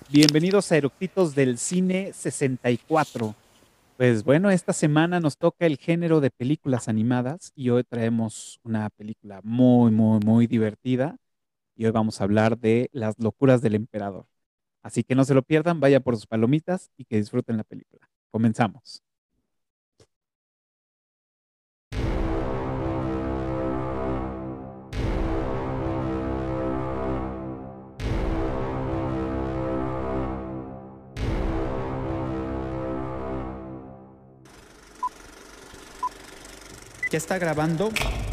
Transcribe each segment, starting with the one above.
Bienvenidos a Eructitos del Cine 64. Pues bueno, esta semana nos toca el género de películas animadas y hoy traemos una película muy divertida y hoy vamos a hablar de Las locuras del emperador. Así que no se lo pierdan, vaya por sus palomitas y que disfruten la película. Comenzamos. ¿Ya está grabando?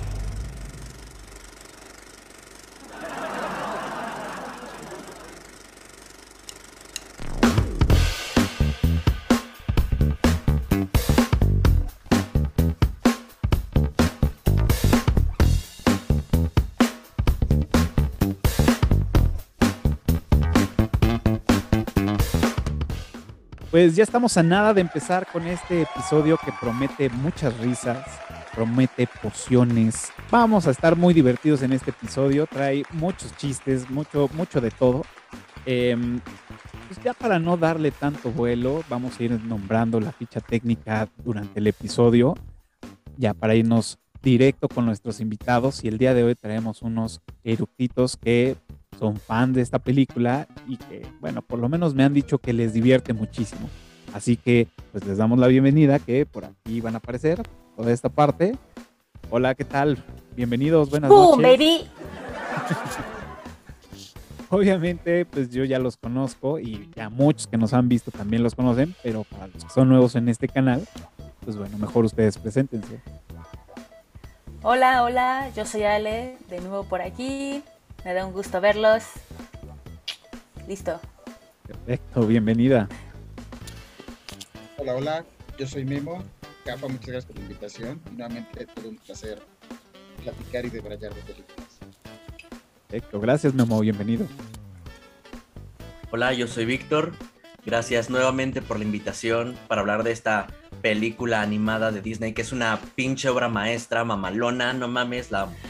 Pues ya estamos a nada de empezar con este episodio que promete muchas risas, promete pociones. Vamos a estar muy divertidos en este episodio, trae muchos chistes, mucho de todo. Pues ya para no darle tanto vuelo, vamos a ir nombrando la ficha técnica durante el episodio, ya para irnos directo con nuestros invitados. Y el día de hoy traemos unos eructitos que son fan de esta película y que, bueno, por lo menos me han dicho que les divierte muchísimo. Así que, pues les damos la bienvenida, que por aquí van a aparecer, toda esta parte. Hola, ¿qué tal? Bienvenidos, buenas ¡Boom, noches. baby! Obviamente, pues yo ya los conozco y ya muchos que nos han visto también los conocen, pero para los que son nuevos en este canal, pues bueno, mejor ustedes preséntense. Hola, hola, yo soy Ale, de nuevo por aquí. Me da un gusto verlos. Listo. Perfecto, bienvenida. Hola, hola, yo soy Memo. Cafa, muchas gracias por la invitación. Y nuevamente todo un placer platicar y debrayar de películas. Perfecto, gracias Memo, bienvenido. Hola, yo soy Víctor. Gracias nuevamente por la invitación para hablar de esta película animada de Disney, que es una pinche obra maestra, mamalona, no mames, la amo.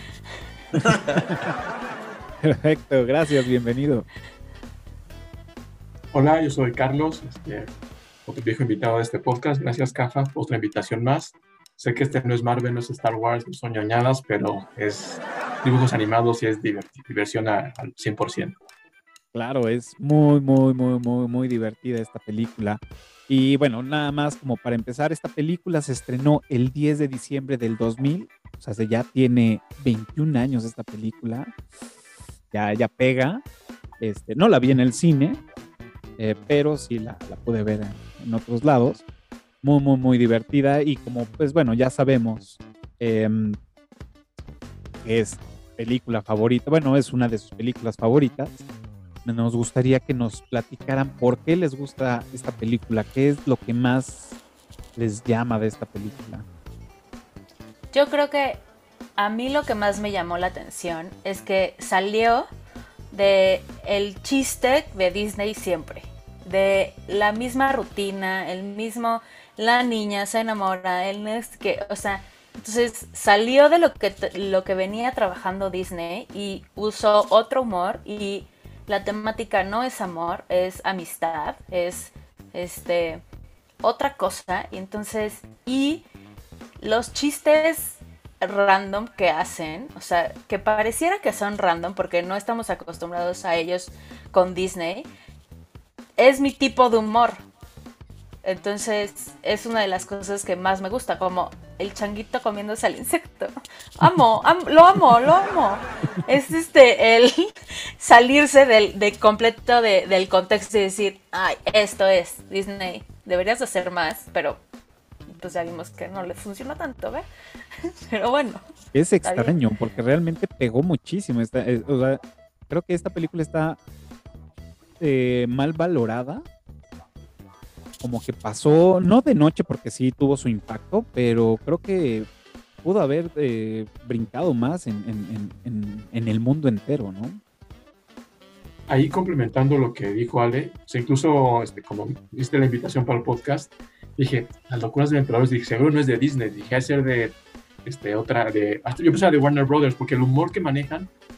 Perfecto, gracias, bienvenido. Hola, yo soy Carlos, otro viejo invitado de este podcast. Gracias, Cafa, por otra invitación más. Sé que este no es Marvel, no es Star Wars, no son ñoñadas, pero es dibujos animados y es diversión al 100%. Claro, es muy divertida esta película. Y bueno, nada más como para empezar, esta película se estrenó el 10 de diciembre del 2000, o sea, ya tiene 21 años esta película, ya pega. No la vi en el cine, pero sí la pude ver en otros lados. Muy divertida y como pues bueno, ya sabemos que es película favorita, bueno, es una de sus películas favoritas. Nos gustaría que nos platicaran por qué les gusta esta película, qué es lo que más les llama de esta película. Yo creo que a mí lo que más me llamó la atención es que salió de el chiste de Disney siempre. De la misma rutina, el mismo, la niña se enamora, o sea, entonces salió de lo que venía trabajando Disney y usó otro humor y la temática no es amor, es amistad, es otra cosa. Y entonces, y los chistes random que hacen, o sea, que pareciera que son random porque no estamos acostumbrados a ellos con Disney, es mi tipo de humor. Entonces es una de las cosas que más me gusta, como el changuito comiéndose al insecto. Lo amo. Es el salirse del completo del contexto y decir, ay, esto es Disney, deberías hacer más, pero pues ya vimos que no le funciona tanto, ¿ve? Pero bueno. Es extraño porque realmente pegó muchísimo. O sea, creo que esta película está mal valorada. Como que pasó, no de noche porque sí tuvo su impacto, pero creo que pudo haber brincado más en el mundo entero, ¿no? Ahí complementando lo que dijo Ale, o sea, incluso como viste la invitación para el podcast, dije, Las locuras del emperador, dije, seguro no es de Disney, dije, a ser de otra, yo pensaba de Warner Brothers, porque el humor que manejan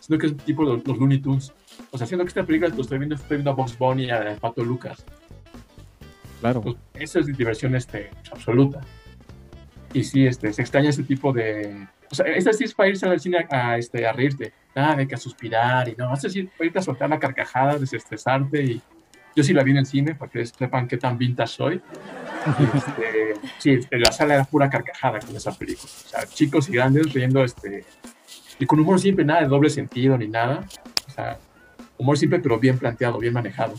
sino que es tipo los Looney Tunes. O sea, siendo que esta película estoy viendo a Bugs Bunny y a Pato Lucas. Claro. Pues, eso es diversión absoluta. Y sí, se extraña ese tipo de... O sea, esta sí es para irse al cine a reírte. Nada de que a suspirar y no. Esto sí para irte a soltar la carcajada, desestresarte. Y yo sí la vi en el cine para que sepan qué tan vintage soy. Sí, la sala era pura carcajada con esa película. O sea, chicos y grandes riendo y con humor simple, nada de doble sentido ni nada. O sea, humor simple pero bien planteado, bien manejado.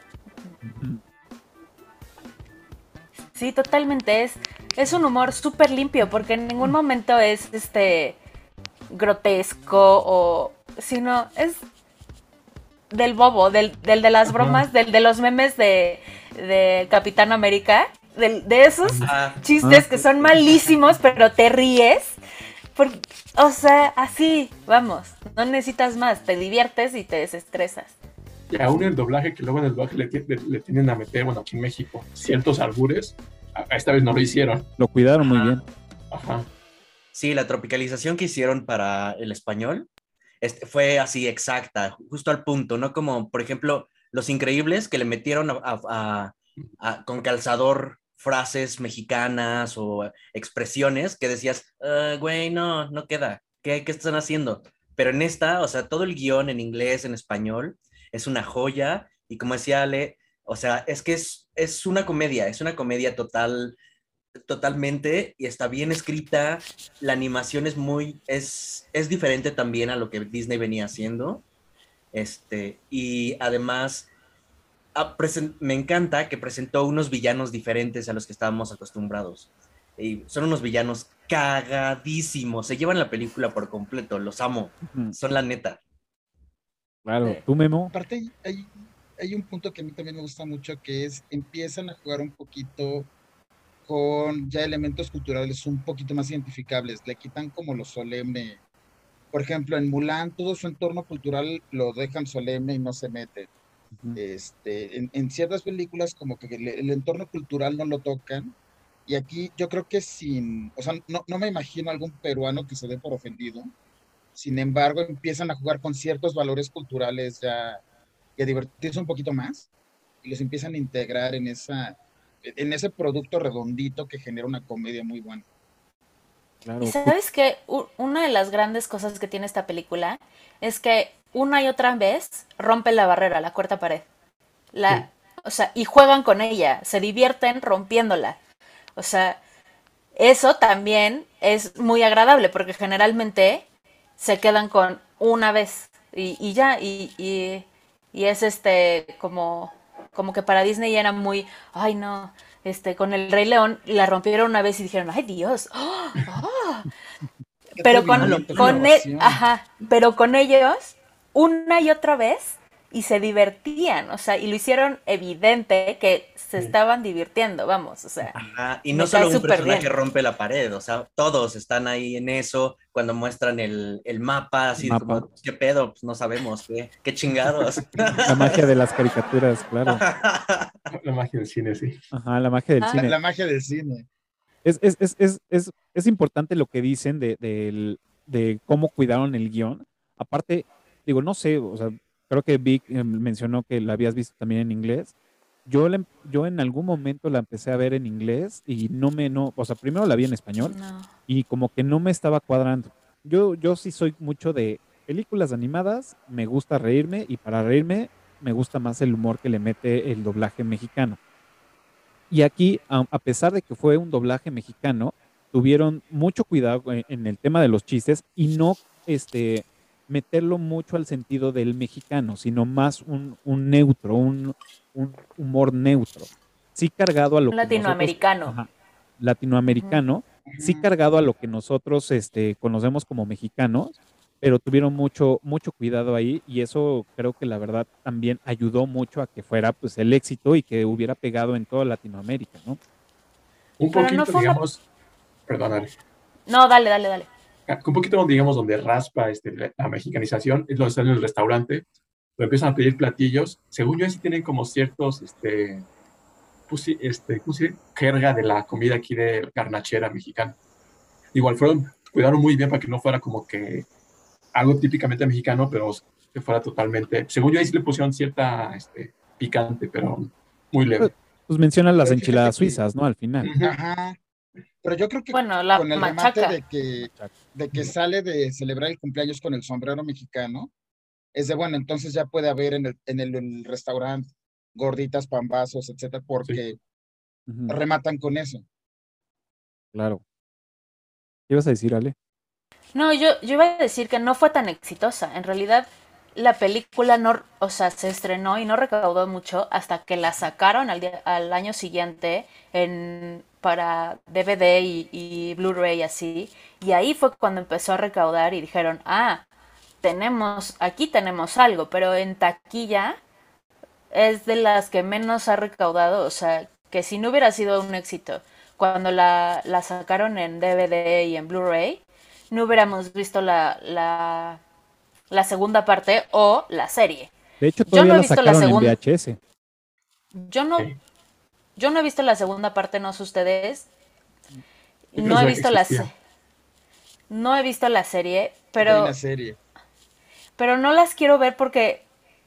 Sí, totalmente. Es un humor súper limpio porque en ningún momento es grotesco o sino es del bobo, del de las bromas, del de los memes de Capitán América, de esos chistes que son malísimos, pero te ríes. O sea, así, vamos, no necesitas más, te diviertes y te desestresas. Y aún el doblaje, que luego en el doblaje le tienden a meter, bueno, aquí en México, ciertos albures, esta vez no lo hicieron. Lo cuidaron muy bien. Ajá. Sí, la tropicalización que hicieron para el español fue así exacta, justo al punto, ¿no? Como, por ejemplo, Los Increíbles, que le metieron con calzador frases mexicanas o expresiones que decías, güey, no queda, ¿qué están haciendo? Pero en esta, o sea, todo el guión en inglés, en español, es una joya, y como decía Ale, o sea, es que es una comedia totalmente, y está bien escrita, la animación es diferente también a lo que Disney venía haciendo, y además me encanta que presentó unos villanos diferentes a los que estábamos acostumbrados, y son unos villanos cagadísimos, se llevan la película por completo, los amo, son la neta. Claro, ¿tú, Memo? Aparte hay un punto que a mí también me gusta mucho, que es empiezan a jugar un poquito con ya elementos culturales un poquito más identificables, le quitan como lo solemne. Por ejemplo, en Mulan todo su entorno cultural lo dejan solemne y no se mete. En ciertas películas como que el entorno cultural no lo tocan, y aquí yo creo que o sea, no me imagino algún peruano que se dé por ofendido. Sin embargo, empiezan a jugar con ciertos valores culturales ya y a divertirse un poquito más, y los empiezan a integrar en ese producto redondito que genera una comedia muy buena. Claro. Y sabes que una de las grandes cosas que tiene esta película es que una y otra vez rompe la barrera, la cuarta pared. O sea, y juegan con ella, se divierten rompiéndola. O sea, eso también es muy agradable porque generalmente se quedan con una vez y ya, y es como que para Disney era muy, ay no, con el Rey León la rompieron una vez y dijeron, ay Dios, pero pero con ellos una y otra vez y se divertían, o sea, y lo hicieron evidente que se estaban divirtiendo, vamos, o sea. Ajá, y no solo un personaje rompe la pared, o sea, todos están ahí en eso, cuando muestran el mapa, así como, ¿qué pedo? Pues no sabemos, ¿qué chingados? La magia de las caricaturas, claro. La magia del cine, sí. Ajá, la magia del cine. La magia del cine. Es importante lo que dicen de cómo cuidaron el guión. Aparte, digo, no sé, o sea, creo que Vic mencionó que la habías visto también en inglés. Yo en algún momento la empecé a ver en inglés y o sea, primero la vi en español y como que no me estaba cuadrando. Yo sí soy mucho de películas animadas, me gusta reírme y para reírme me gusta más el humor que le mete el doblaje mexicano. Y aquí, a pesar de que fue un doblaje mexicano, tuvieron mucho cuidado en el tema de los chistes y no meterlo mucho al sentido del mexicano, sino más un neutro, un humor neutro. Sí cargado a lo que latinoamericano. Latinoamericano, sí cargado a lo que nosotros conocemos como mexicanos, pero tuvieron mucho cuidado ahí y eso creo que la verdad también ayudó mucho a que fuera pues el éxito y que hubiera pegado en toda Latinoamérica, ¿no? Un poquito, digamos, perdónale. No, dale. Un poquito, digamos, donde raspa la mexicanización, es lo que está en el restaurante, lo empiezan a pedir platillos, según yo, sí tienen como ciertos, ¿cómo se dice? Jerga de la comida aquí de garnachera mexicana. Igual cuidaron muy bien para que no fuera como que algo típicamente mexicano, pero que fuera totalmente, según yo ahí sí le pusieron cierta picante, pero muy leve. Pues mencionan las Pero fíjate enchiladas que, suizas, ¿no? Al final. Ujú. ajá, pero yo creo que Bueno, la con el remate machaca. de que sale de celebrar el cumpleaños con el sombrero mexicano, es de, bueno, entonces ya puede haber en el restaurante gorditas, pambazos, etcétera, Sí. porque Ujú, rematan con eso. claro. ¿Qué ibas a decir, Ale? No, yo iba a decir que no fue tan exitosa. En realidad, la película no, o sea, se estrenó y no recaudó mucho hasta que la sacaron al año siguiente para DVD y Blu-ray y así. Y ahí fue cuando empezó a recaudar y dijeron, aquí tenemos algo, pero en taquilla es de las que menos ha recaudado. O sea, que si no hubiera sido un éxito cuando la sacaron en DVD y en Blu-ray, no hubiéramos visto la segunda parte o la serie. De hecho, Yo todavía no he la visto la sacaron en segunda. VHS. Yo no, Sí. yo no he visto la segunda parte, no sé ustedes. Yo No he pensaba que visto la existía. no he visto la serie, Hay una pero serie. no las quiero ver porque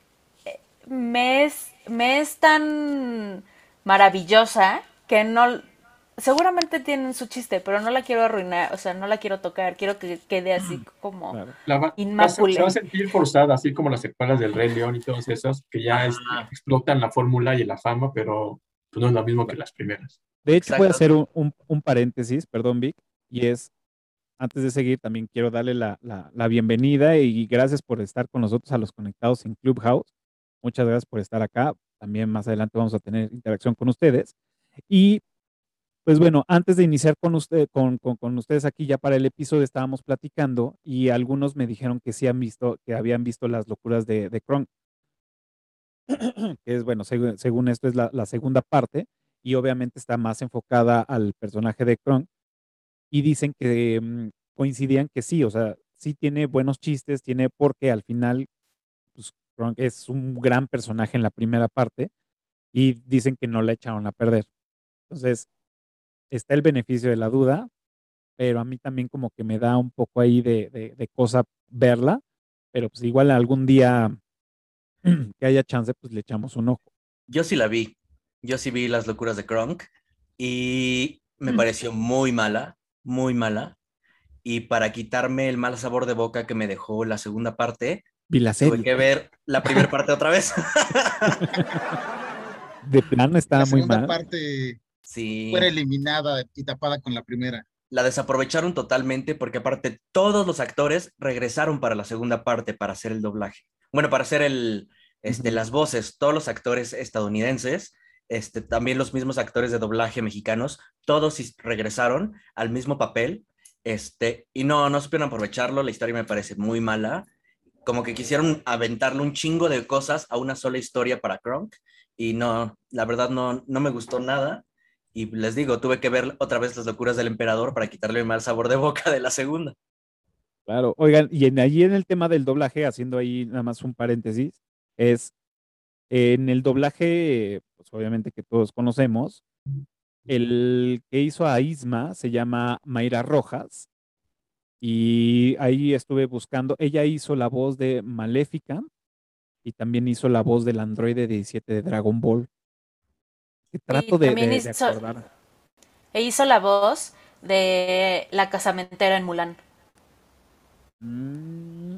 me es tan maravillosa que no, seguramente tienen su chiste, pero no la quiero arruinar, o sea, no la quiero tocar, quiero que quede así como Claro. Se va a inmaculate. sentir forzada, así como las secuelas del Rey León y todas esas, que ya Ajá, explotan la fórmula y la fama, pero pues, no es lo mismo que las primeras. De hecho, voy a exacto. hacer un paréntesis, perdón, Vic, y es, antes de seguir, también quiero darle la bienvenida y gracias por estar con nosotros a los conectados en Clubhouse. Muchas gracias por estar acá. También más adelante vamos a tener interacción con ustedes. Y pues bueno, antes de iniciar con ustedes aquí ya para el episodio estábamos platicando y algunos me dijeron que sí han visto, que habían visto las locuras de Kronk, que es bueno, según esto es la segunda parte y obviamente está más enfocada al personaje de Kronk y dicen que coincidían que sí, o sea, sí tiene buenos chistes, tiene porque al final pues, Kronk es un gran personaje en la primera parte y dicen que no la echaron a perder. Entonces, está el beneficio de la duda, pero a mí también como que me da un poco ahí de cosa verla, pero pues igual algún día que haya chance, pues le echamos un ojo. Yo sí la vi. Yo sí vi Las locuras de Kronk y me pareció muy mala, muy mala. Y para quitarme el mal sabor de boca que me dejó la segunda parte, Vi la tuve serie. que ver la primera parte otra vez. De plano La estaba muy segunda mal. parte fuera Sí, eliminada y tapada con la primera. la desaprovecharon totalmente porque aparte todos los actores regresaron para la segunda parte para hacer el doblaje. Bueno, para hacer Ujú. las voces, todos los actores estadounidenses, también los mismos actores de doblaje mexicanos, todos regresaron al mismo papel, y no supieron aprovecharlo, la historia me parece muy mala, como que quisieron aventarle un chingo de cosas a una sola historia para Kronk, y no, la verdad no me gustó nada. Y les digo, tuve que ver otra vez Las locuras del emperador para quitarle el mal sabor de boca de la segunda. Claro, oigan, y allí en el tema del doblaje, haciendo ahí nada más un paréntesis, es en el doblaje, pues obviamente que todos conocemos, el que hizo a Isma se llama Mayra Rojas y ahí estuve buscando, ella hizo la voz de Maléfica y también hizo la voz del androide 17 de Dragon Ball, que Y trato también de acordar. hizo la voz de la casamentera en Mulan. Mm,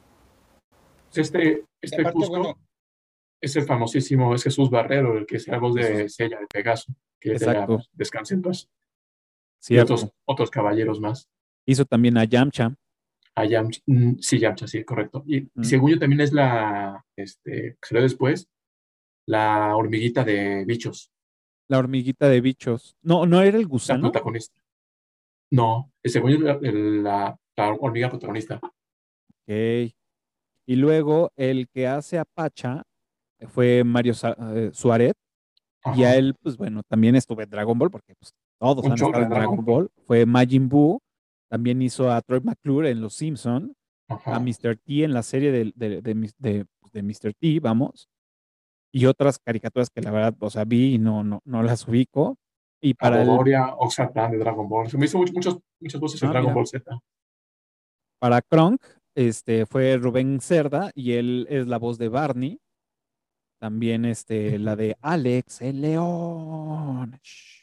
Y Este aparte, bueno, Cusco es el famosísimo, es Jesús Barrero, el que es la voz Jesús, de Sella de Pegaso, que ya exacto, pues, descanse en paz. Y cierto. otros caballeros más. Hizo también a Yamcha. A Yamcha, sí, Yamcha, sí, correcto. Y Mm, según yo también es salió después, la hormiguita de bichos, la hormiguita de bichos. No, no era el la gusano. protagonista. No, según yo, la hormiga protagonista. Ok. Y luego el que hace a Pacha fue Mario Suárez. Y a Ajá, él, pues bueno, también estuve en Dragon Ball, porque pues, todos un han chorro estado de en Dragon Dragon Ball. Ball. Fue Majin Buu. También hizo a Troy McClure en Los Simpson. A Ajá, Mr. T en la serie de Mr. T, vamos. Y otras caricaturas que la verdad, o sea, vi y no las ubico. Y a para Dodoria, Oxatán de Dragon Ball. Se me hizo muchas voces en Dragon mira, Ball Z. para Kronk, fue Rubén Cerda y él es la voz de Barney. También la de Alex el León.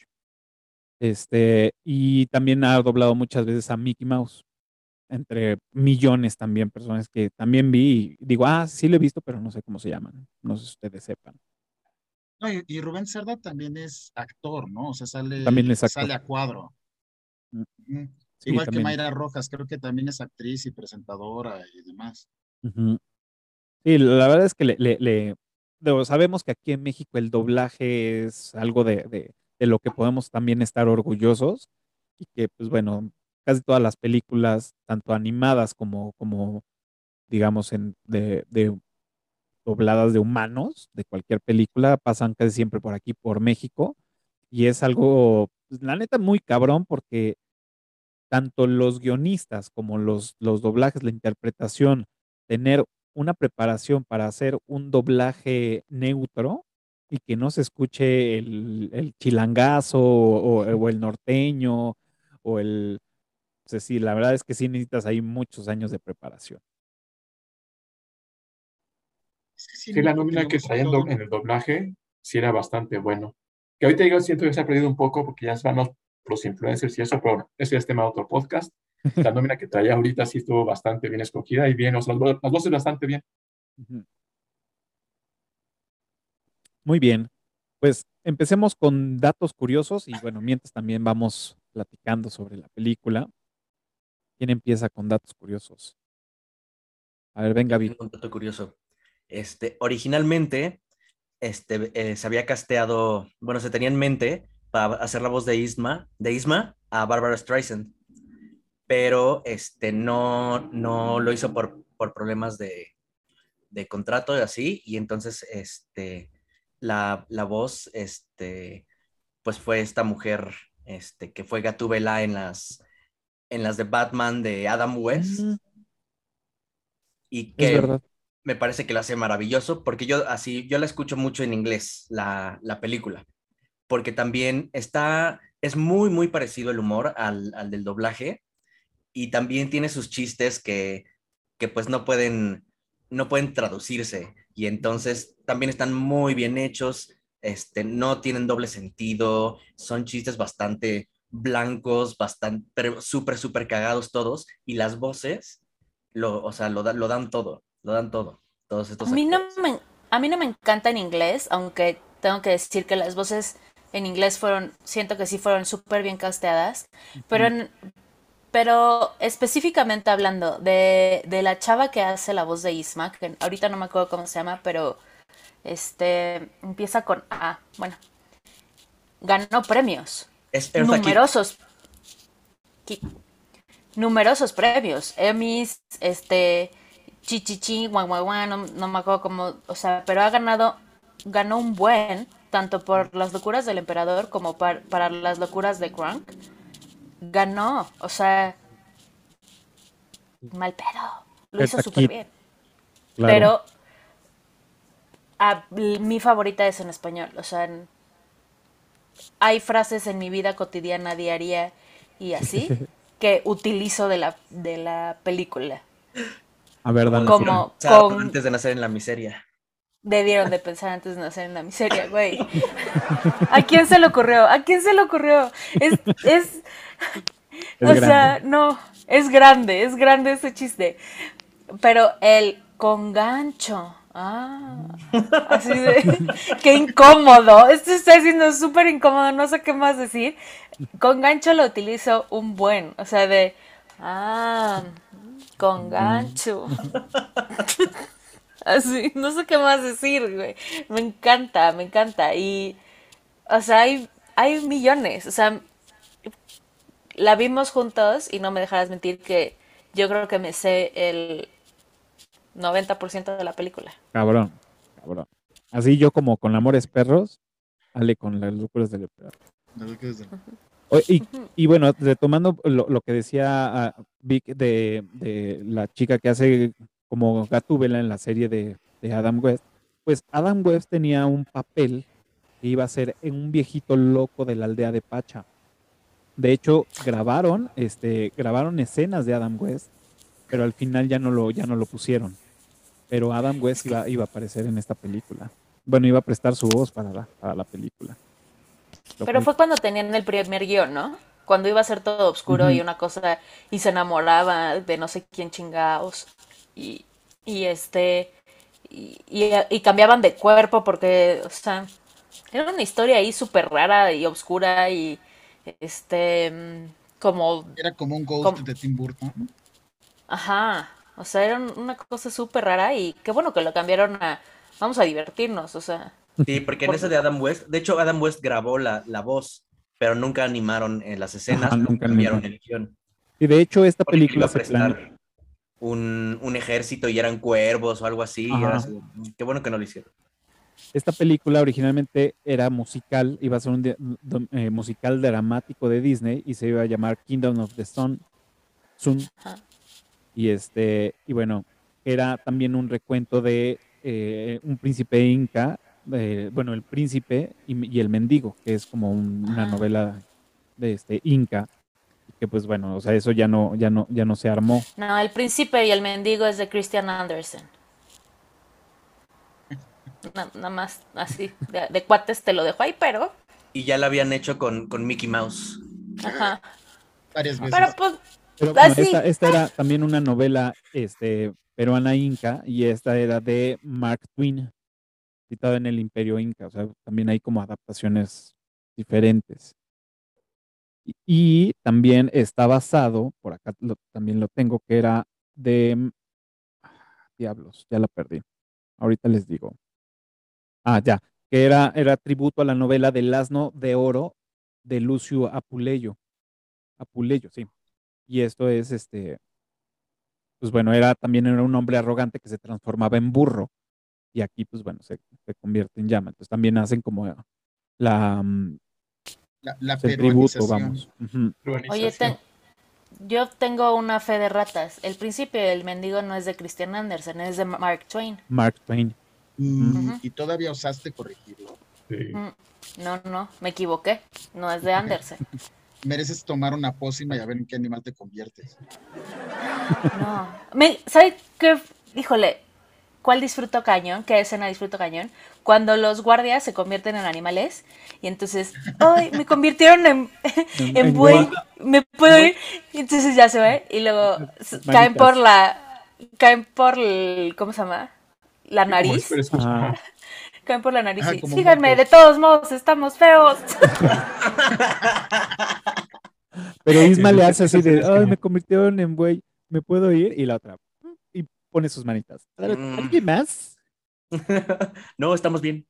Y también ha doblado muchas veces a Mickey Mouse, entre millones también personas que también vi y digo, sí lo he visto, pero no sé cómo se llaman. No sé si ustedes sepan. No, y Rubén Cerda también es actor, ¿no? O sea, También es actor. sale a cuadro. Mm, Ujú. Sí, Igual que también. Mayra Rojas, creo que también es actriz y presentadora y demás. Ujú. Sí, la verdad es que sabemos que aquí en México el doblaje es algo de lo que podemos también estar orgullosos y que, pues bueno, casi todas las películas, tanto animadas como digamos, de dobladas de humanos, de cualquier película, pasan casi siempre por aquí, por México, y es algo, pues, la neta, muy cabrón porque tanto los guionistas como los doblajes, la interpretación, tener una preparación para hacer un doblaje neutro y que no se escuche el chilangazo o el norteño o o sea, sí, la verdad es que sí necesitas ahí muchos años de preparación. Es que sí, en Sí, la México nómina que tenemos traían todo. en el doblaje sí era bastante bueno. Que ahorita yo siento que se ha perdido un poco porque ya se van los influencers y eso, pero ese es tema de otro podcast. La nómina que traía ahorita sí estuvo bastante bien escogida y bien, o sea, las voces bastante bien. Ujú. Muy bien, pues empecemos con datos curiosos y bueno, mientras también vamos platicando sobre la película. ¿Quién empieza con datos curiosos? A ver, venga, Yo Vic. tengo un dato curioso. Originalmente, se había casteado, bueno, se tenía en mente para hacer la voz de Isma a Barbara Streisand, pero no lo hizo por problemas de contrato y así, y entonces la voz, pues fue esta mujer, que fue Gatúbela en las de Batman de Adam West, Mm, y es que verdad. me parece que lo hace maravilloso, porque yo la escucho mucho en inglés, la película, porque también es muy, muy parecido el humor al del doblaje, y también tiene sus chistes que pues no pueden traducirse, y entonces también están muy bien hechos, no tienen doble sentido, son chistes bastante blancos, bastante, pero súper, súper cagados todos, y las voces, o sea, lo dan todo, todos A estos mí no actores. me, a mí no me encanta en inglés, aunque tengo que decir que las voces en inglés siento que sí fueron súper bien casteadas, pero, Ujú. pero específicamente hablando de la chava que hace la voz de Isma, que ahorita no me acuerdo cómo se llama, pero empieza con A. Bueno, ganó premios, Es Eartha Kitt. numerosos, numerosos premios, Emmys, Chichichi, guan, guan, guan, no me acuerdo cómo, o sea, pero ganó un buen, tanto por las locuras del emperador como para las locuras de Kronk. Ganó, o sea, mal pedo, lo hizo Eartha súper Kitt, bien. claro. Pero mi favorita es en español, o sea, hay frases en mi vida cotidiana, diaria y así, que utilizo de la película. A ver, Como danos una. Como pensar con antes de nacer en la miseria. debieron de pensar antes de nacer en la miseria, güey. ¿A quién se le ocurrió? ¿A quién se le ocurrió? Es, Es o grande. sea, no, es grande ese chiste. Pero el con gancho, así de, qué incómodo. Esto está siendo súper incómodo, no sé qué más decir. Con gancho lo utilizo un buen, o sea, con Mm. gancho. Así, no sé qué más decir, güey. Me encanta, me encanta. Y, o sea, hay millones. O sea, la vimos juntos y no me dejarás mentir que yo creo que me sé el 90% de la película. Cabrón, cabrón. Así yo como con Amores Perros, Ale con las locuras del emperador. O- Y, y bueno, retomando lo que decía Vic de la chica que hace como Gatúbela en la serie de Adam West, pues Adam West tenía un papel que iba a ser en un viejito loco de la aldea de Pacha. De hecho, grabaron escenas de Adam West pero al final ya no lo pusieron. Pero Adam West iba a aparecer en esta película. Bueno, iba a prestar su voz para la película. Pero fue cuando tenían el primer guión, ¿no? Cuando iba a ser todo oscuro y una cosa, y se enamoraba de no sé quién chingados. Y cambiaban de cuerpo porque, o sea, era una historia ahí súper rara y oscura y como... Era como un Ghost de Tim Burton. Ajá, o sea, era una cosa súper rara y qué bueno que lo cambiaron a vamos a divertirnos, o sea. Sí, porque en ese de Adam West, de hecho Adam West grabó la voz, pero nunca animaron en las escenas, nunca cambiaron el guión. Y de hecho esta Porque película iba a prestar un ejército y eran cuervos o algo así. Era así. Qué bueno que no lo hicieron. Esta película originalmente era musical, iba a ser un musical dramático de Disney y se iba a llamar Kingdom of the Sun. Y bueno, era también un recuento de un príncipe inca, bueno, el príncipe y el mendigo, que es como una novela de inca, que pues bueno, o sea, eso ya no se armó. No, el príncipe y el mendigo es de Christian Andersen. Nada más así, de cuates te lo dejo ahí, pero... Y ya la habían hecho con Mickey Mouse. Ajá. Varias veces. Pero pues... Pero bueno, esta era también una novela peruana inca y esta era de Mark Twain, citada en el Imperio Inca, o sea, también hay como adaptaciones diferentes. Y también está basado, por acá también lo tengo, que era de... Diablos, ya la perdí. Ahorita les digo. Ya, que era tributo a la novela del Asno de Oro de Lucio Apuleyo. Apuleyo, sí. Y esto es pues bueno, también era un hombre arrogante que se transformaba en burro. Y aquí, pues bueno, se convierte en llama. Entonces también hacen como la el tributo, vamos. Oye, yo tengo una fe de ratas. El príncipe del mendigo no es de Christian Andersen, es de Mark Twain. Mark Twain. ¿Y todavía osaste corregirlo? Sí. No, me equivoqué. No es de Andersen. Mereces tomar una pócima y a ver en qué animal te conviertes. No. ¿Sabes qué? Híjole, ¿cuál disfruto cañón? ¿Qué escena disfruto cañón? Cuando los guardias se convierten en animales y entonces, ¡ay! Me convirtieron en buey, ¿me puedo ir? Y entonces ya se ve y luego caen por ¿cómo se llama? La nariz. Caen por la nariz y síganme, de todos modos, estamos feos. Pero Isma le hace así de, ¡ay! Me convirtieron en buey, ¿me puedo ir? Y la otra, y pone sus manitas. ¿Alguien más? No, estamos bien.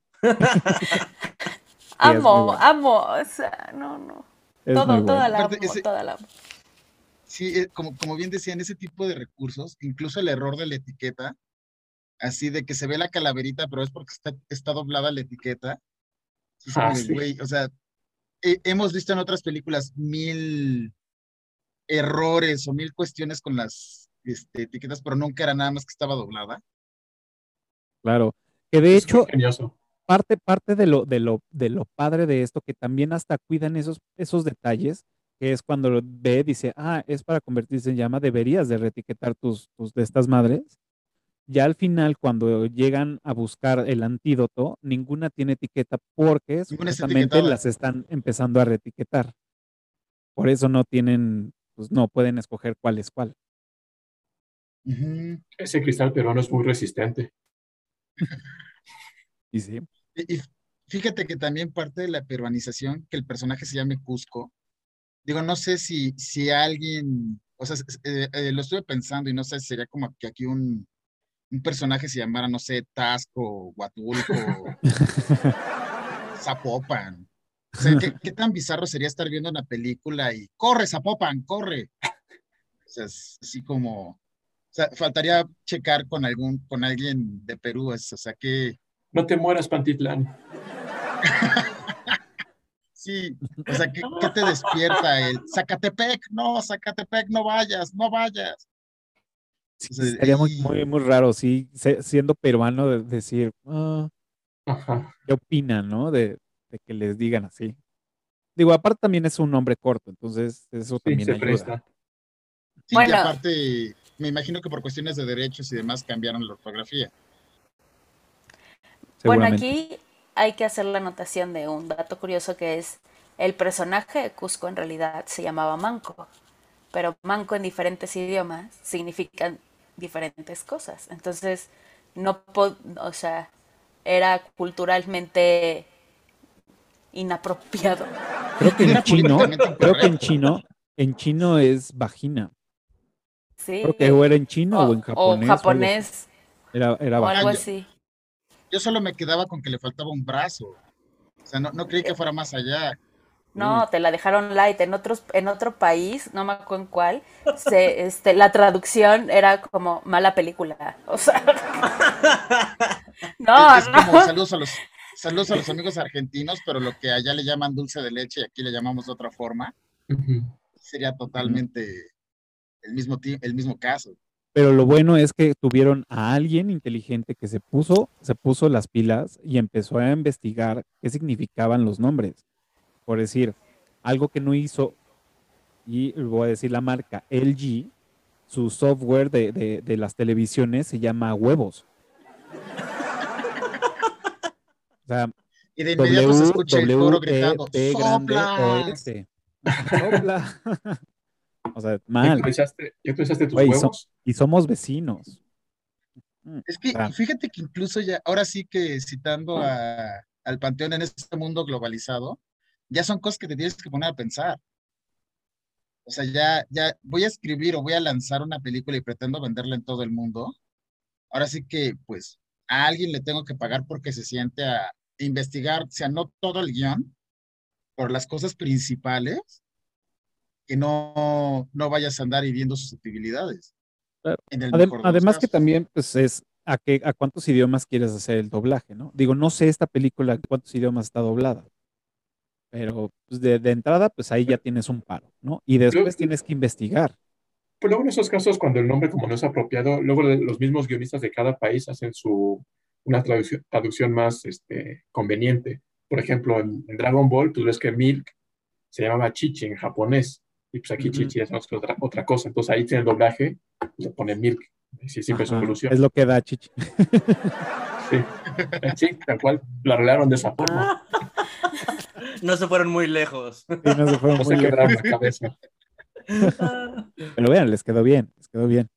Amo, o sea, no. Toda la amo. Sí, como bien decían, ese tipo de recursos, incluso el error de la etiqueta, así de que se ve la calaverita, pero es porque está doblada la etiqueta. Sí. Güey, o sea, hemos visto en otras películas 1000 errores o 1000 cuestiones con las etiquetas, pero nunca era nada más que estaba doblada. Claro, que de hecho, ingenioso. parte de lo padre de esto, que también hasta cuidan esos detalles, que es cuando lo ve, dice, es para convertirse en llama, deberías de reetiquetar tus de estas madres. Ya al final, cuando llegan a buscar el antídoto, ninguna tiene etiqueta porque supuestamente las están empezando a reetiquetar. Por eso no tienen, pues no pueden escoger cuál es cuál. Ese cristal peruano es muy resistente. Y sí. Y fíjate que también parte de la peruanización, que el personaje se llame Cusco. Digo, no sé si alguien, o sea, lo estuve pensando y no sé, sería como que aquí un personaje se llamara, no sé, Tasco, Huatulco, Zapopan. O sea, ¿qué tan bizarro sería estar viendo una película y ¡corre, Zapopan, corre! O sea, es así como... O sea, faltaría checar con alguien de Perú, o sea, que... No te mueras, Pantitlán. Sí, o sea, ¿qué te despierta el Zacatepec? No, Zacatepec, no vayas, no vayas. Sí, o sea, estaría muy raro, sí, siendo peruano, decir, ¿qué opinan, no? De que les digan así. Digo, aparte también es un nombre corto, entonces eso también se ayuda. presta. Sí, bueno, y aparte me imagino que por cuestiones de derechos y demás cambiaron la ortografía. Bueno, Seguramente. aquí hay que hacer la anotación de un dato curioso que es el personaje de Cusco en realidad se llamaba Manco, pero Manco en diferentes idiomas significan diferentes cosas. Entonces, o sea, era culturalmente inapropiado. Creo que en Era chino, políticamente creo que incorrecto. en chino es vagina. Creo Sí, que o era en chino o en o japonés o algo así. japonés Era o Ah, algo vagina. así. yo solo me quedaba con que le faltaba un brazo. O sea, no creí que fuera más allá. No, te la dejaron light. En otro país, no me acuerdo en cuál, la traducción era como mala película. O sea, no, Es como no. saludos a los amigos argentinos, pero lo que allá le llaman dulce de leche y aquí le llamamos de otra forma, Ujú. sería Ujú. totalmente el mismo caso. Pero lo bueno es que tuvieron a alguien inteligente que se puso las pilas y empezó a investigar qué significaban los nombres. Por decir, algo que no hizo, y voy a decir la marca LG, su software de las televisiones se llama huevos. O sea, Y de inmediato se W, escucha el coro W, E, gritando, P grande, O, ¡soplas! S. Sopla. O sea, ¿Ya mal. actualizaste tus Güey, huevos? y somos vecinos. Es O que sea, fíjate que incluso ya, ahora sí que citando al Panteón en este mundo globalizado, ya son cosas que te tienes que poner a pensar. O sea, ya voy a escribir o voy a lanzar una película y pretendo venderla en todo el mundo. Ahora sí que, pues, a alguien le tengo que pagar porque se siente a investigar, o sea, no todo el guión, por las cosas principales, que no vayas a andar hiriendo susceptibilidades, claro. en el mejor de los Además que casos. también, pues es a cuántos idiomas quieres hacer el doblaje, ¿no? Digo, no sé esta película cuántos idiomas está doblada, pero pues, de entrada, pues ahí ya tienes un paro, ¿no? Y Luego, después tienes que investigar. pues luego en esos casos, cuando el nombre como no es apropiado, luego los mismos guionistas de cada país hacen una traducción más conveniente. Por ejemplo, en Dragon Ball, tú ves que Milk se llamaba Chichi en japonés, y pues aquí Ujú. Chichi es otra cosa. Entonces ahí tiene el doblaje, le pone Milk. Y sí, siempre Ajá, solución. es lo que da Chichi. Sí, sí, tal cual, lo arreglaron de esa forma. No se fueron muy lejos. Sí, no se fueron No muy se lejos. quebraron la cabeza. Pero vean, les quedó bien, les quedó bien.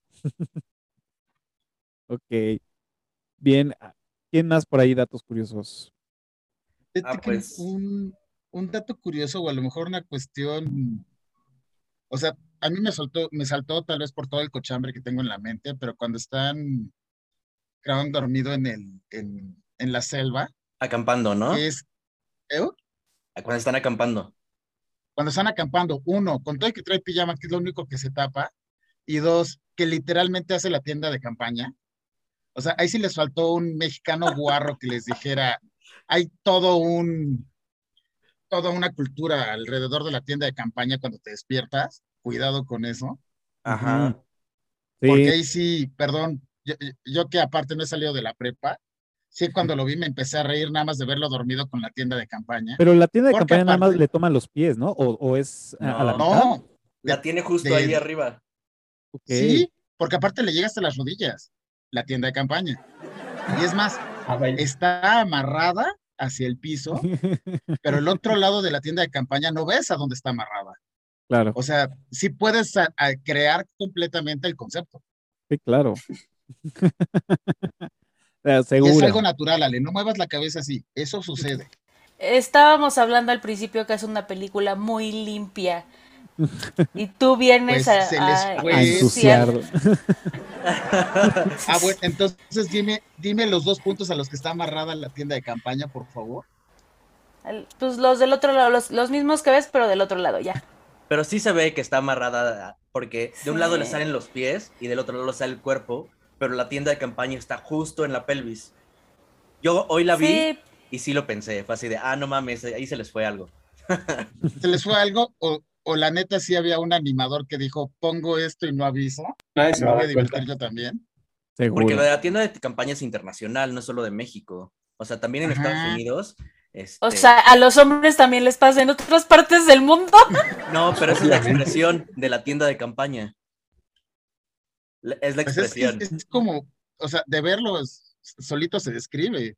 Ok, bien. ¿Quién más por ahí datos curiosos? Fíjate Ah, que pues, un dato curioso, o a lo mejor una cuestión, o sea, a mí me saltó tal vez por todo el cochambre que tengo en la mente, pero cuando están grabando dormido en la selva, acampando, que ¿no? es, ¿eh? Cuando están acampando. Cuando están acampando, uno, con todo y que trae pijama, que es lo único que se tapa, y dos, que literalmente hace la tienda de campaña. O sea, ahí sí les faltó un mexicano guarro que les dijera, hay toda una cultura alrededor de la tienda de campaña cuando te despiertas, cuidado con eso, Ujú. Ajá. porque Sí, ahí sí, perdón, yo que aparte no he salido de la prepa, sí cuando lo vi me empecé a reír nada más de verlo dormido con la tienda de campaña, pero la tienda de porque campaña nada más aparte, le toma los pies, ¿no? O es a la No, mitad. no, la de, tiene justo ahí de, arriba. Ok. sí, porque aparte le llega hasta las rodillas, la tienda de campaña. Y es más, Ah, vaya. está amarrada hacia el piso, pero el otro lado de la tienda de campaña no ves a dónde está amarrada. Claro, O sea, sí puedes crear completamente el concepto. sí, claro. Y es algo Seguro. natural, Ale, no muevas la cabeza así, eso sucede. Estábamos hablando al principio que es una película muy limpia y tú vienes Pues se les A fue ensuciar. ensuciar. eso. Ah, bueno, entonces dime los dos puntos a los que está amarrada la tienda de campaña, por favor. Pues los del otro lado, los mismos que ves, pero del otro lado, ya. Pero sí se ve que está amarrada porque de un lado le Sí. salen los pies y del otro lado le sale el cuerpo, pero la tienda de campaña está justo en la pelvis. Yo hoy la vi Sí, y sí lo pensé, fue así de, no mames, ahí se les fue algo. ¿Se les fue algo o la neta sí había un animador que dijo, pongo esto y no aviso? Nadie Y se me va a voy a dar cuenta. divertir yo también. Porque lo Seguro. de la tienda de campaña es internacional, no es solo de México. O sea, también en Estados Ajá. Unidos, o sea, a los hombres también les pasa en otras partes del mundo. no, pero esa es la Obviamente. expresión de la tienda de campaña. Es la Pues expresión. es como, o sea, de verlo solito se describe.